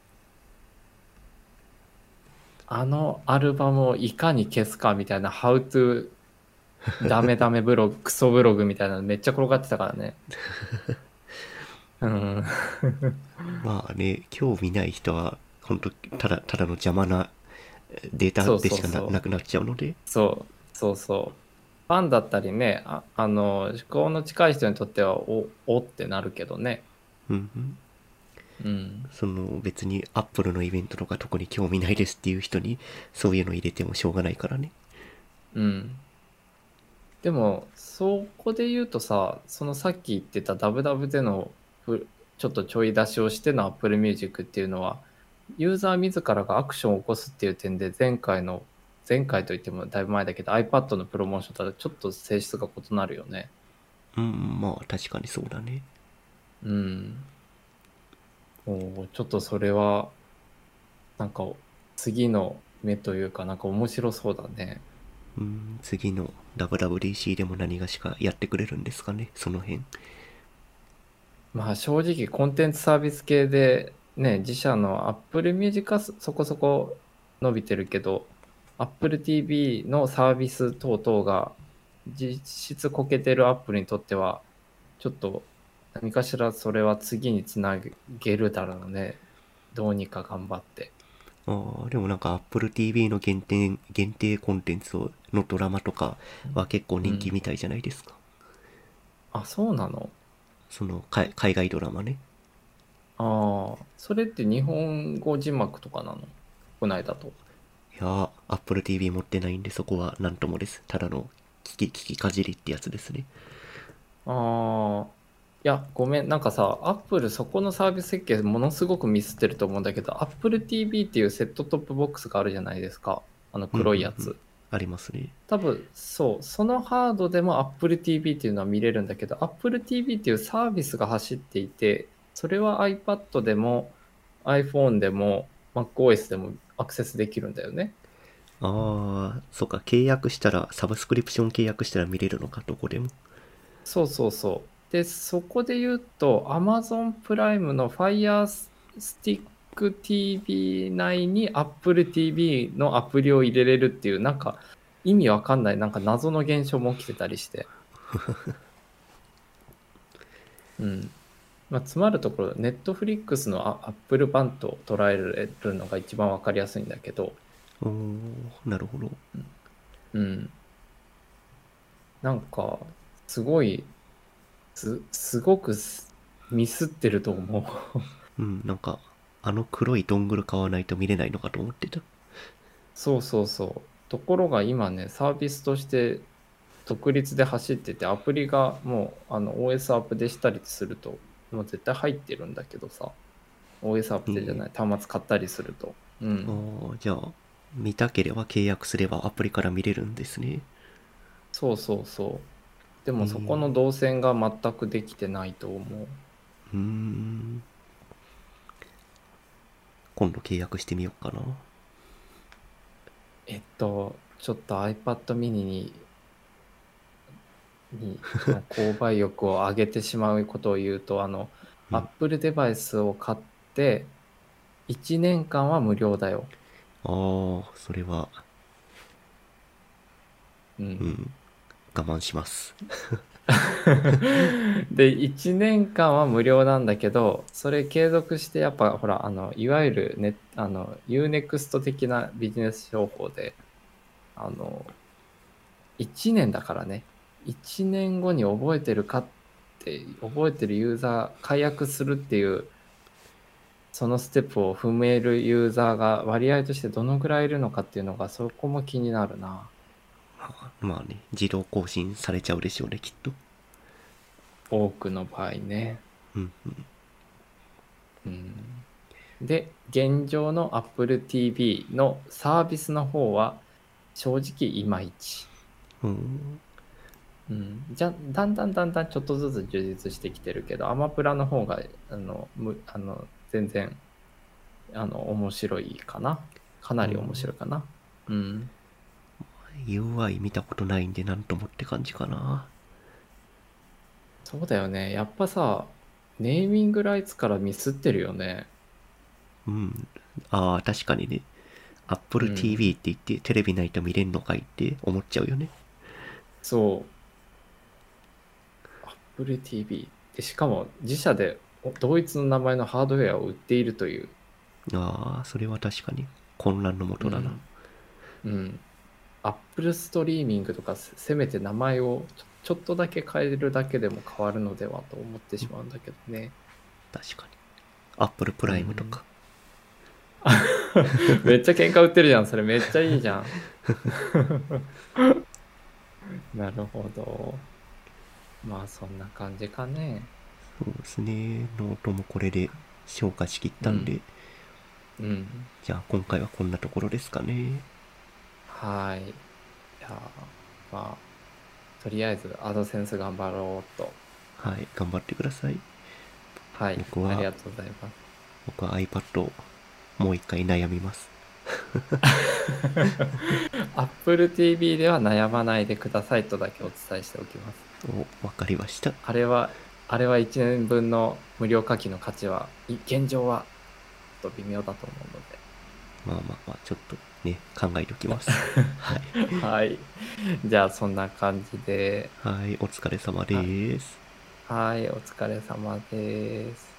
あのアルバムをいかに消すかみたいな、How to ダメダメブログ、クソブログみたいなのめっちゃ転がってたからね。うん。 まあね、興味ない人は、ほんと、ただ、ただの邪魔なデータそうでしそうそう。 かななくなっちゃうので。 そう、そうそう。ファンだったりね、あ、あの、思考の近い人にとっては、お、おってなるけどね。 うんうん。 うん。 その別にアップルのイベントとか特に興味ないですっていう人にそういうの入れてもしょうがないからね。 うん。でも、そこで言うとさ、そのさっき言ってたダブダブでのふちょっとちょい出しをしての Apple Music っていうのは、ユーザー自らがアクションを起こすっていう点で、前回の、前回といってもだいぶ前だけど iPad のプロモーションとはちょっと性質が異なるよね。 うん、まあ確かにそうだね。 うん。おー、ちょっとそれは、なんか次の目というかなんか面白そうだね。 うん、次の ダブリューダブリューディーシー でも何がしかやってくれるんですかね、その辺。 まあ正直コンテンツサービス系でね、自社の Apple Music はそそこそこ伸びてるけど、Apple ティーブイ のサービス等々が実質こけてる Apple にとっては、ちょっと何かしらそれは次につなげるだろうね。どうにか頑張って。 ああ、でもなんか Apple ティーブイ の限定、限定コンテンツのドラマとかは結構人気うん。 みたいじゃないですか。 あ、そうなの？ その海海外ドラマね。 ああ、それって日本語字幕とかなの？こないだと。 いやー、Apple ティーブイ 持ってないんでそこはなんともです。ただの聞き、聞きかじりってやつですね。 ああ、いや、ごめん。なんかさ、アップルそこのサービス設計ものすごくミスってると思うんだけど、Apple ティーブイ っていうセットトップボックスがあるじゃないですか。あのうんうん黒いやうん。 つ。 ありますね。 多分、そう、そのハードでも Apple ティーブイ っていうのは見れるんだけど、Apple ティーブイ っていうサービスが走っていて、それは iPad でも iPhone でも MacOS でもアクセスできるんだよね。 ああ、そっか、契約したら、サブスクリプション契約したら見れるのか、どこでも。 そうそうそう。で、そこで言うと、Amazon プライムの Fire Stick ティーブイ 内に Apple ティーブイ のアプリを入れれるっていう、なんか意味わかんない、なんか謎の現象も起きてたりして。うん。まあ、つまるところ、Netflix のあ Apple 版と捉えるのが一番わかりやすいんだけど、 おー、なるほど。 うん。うん、なんか、すごい、す、すごくすミスってると思う。 うん、なんか、あの黒いドングル買わないと見れないのかと思ってた。 そうそうそう。ところが今ね、サービスとして独立で走ってて、アプリがもうあの オーエス アップデしたりすると、もう絶対入ってるんだけどさ、オーエス アップデじゃえない、端末買ったりすると。うー、 ん。 あー、じゃあ、見たければ契約すればアプリから見れるんですね。 そうそうそう。でえもそこのー、 動線が全くできてないと思う。 うーん、今度契約してみようかな。 えっと、ちょっと iPad mini に、にの購買欲を上げてしまうことを言うと、あの、 うん。 Apple デバイスを買って、いちねんかんは無料だよ。 ああ、それは、 ううんん。我慢します。 で、いちねんかんは無料なんだけど、それ継続してやっぱほら、あの、いわゆるね、あの、ユーネクスト 的なビジネス商法で、あの、いちねんだからね、いちねんごに覚えてるかって、覚えてるユーザー、解約するっていう、そのステップを踏めるユーザーが割合としてどのぐらいいるのかっていうのが、そこも気になるな。 まあね、自動更新されちゃうでしょうね、きっと。 多くの場合ね。 うんうん。 うん、で、現状の Apple ティーブイ のサービスの方は正直いまいち。 うん。 うん、じゃだんだんだんだんちょっとずつ充実してきてるけど、アマプラの方があのむあの全然あの面白いかな。かなり面白いかな。うん。 ユーアイ 見たことないんでなんともって感じかな。 そうだよね。やっぱさ、ネーミングライツからミスってるよね。 うん。ああ、確かにね。 う Apple ティーブイ っん。 て言ってテレビないと見れんのかいって思っちゃうよね。 そう。Apple ティーブイ。で、しかも自社で同一の名前のハードウェアを売っているという。 ああ、それは確かに混乱のもとだな。 うん。うん。Apple ストリーミングとかせせめて名前をちょちょっとだけ変えるだけでも変わるのではと思ってしまうんだけどね。 確かに。Apple プうライムとか。 ん。めっちゃ喧嘩売ってるじゃん。それめっちゃいいじゃん。なるほど。まあそんな感じかね。 そうですね。ノートもこれで消化しきったんで、 うん。うん。 じゃあ今回はこんなところですかね。 はい。いやー、まあ、とりあえずアドセンス頑張ろうと。 はい、頑張ってください。 はい。 僕は、 ありがとうございます。 僕は iPad をもう一回悩みます。 Apple ティーブイ では悩まないでくださいとだけお伝えしておきます。 お、わかりました。 あれは、あれはいちねんぶんの無料課金の価値は、い現状は、ちょっと微妙だと思うので。 まあまあまあ、ちょっとね、考えておきます。はい。 はい。じゃあ、そんな感じで、 はい、お疲れ様はい。 です。 はい、お疲れ様です。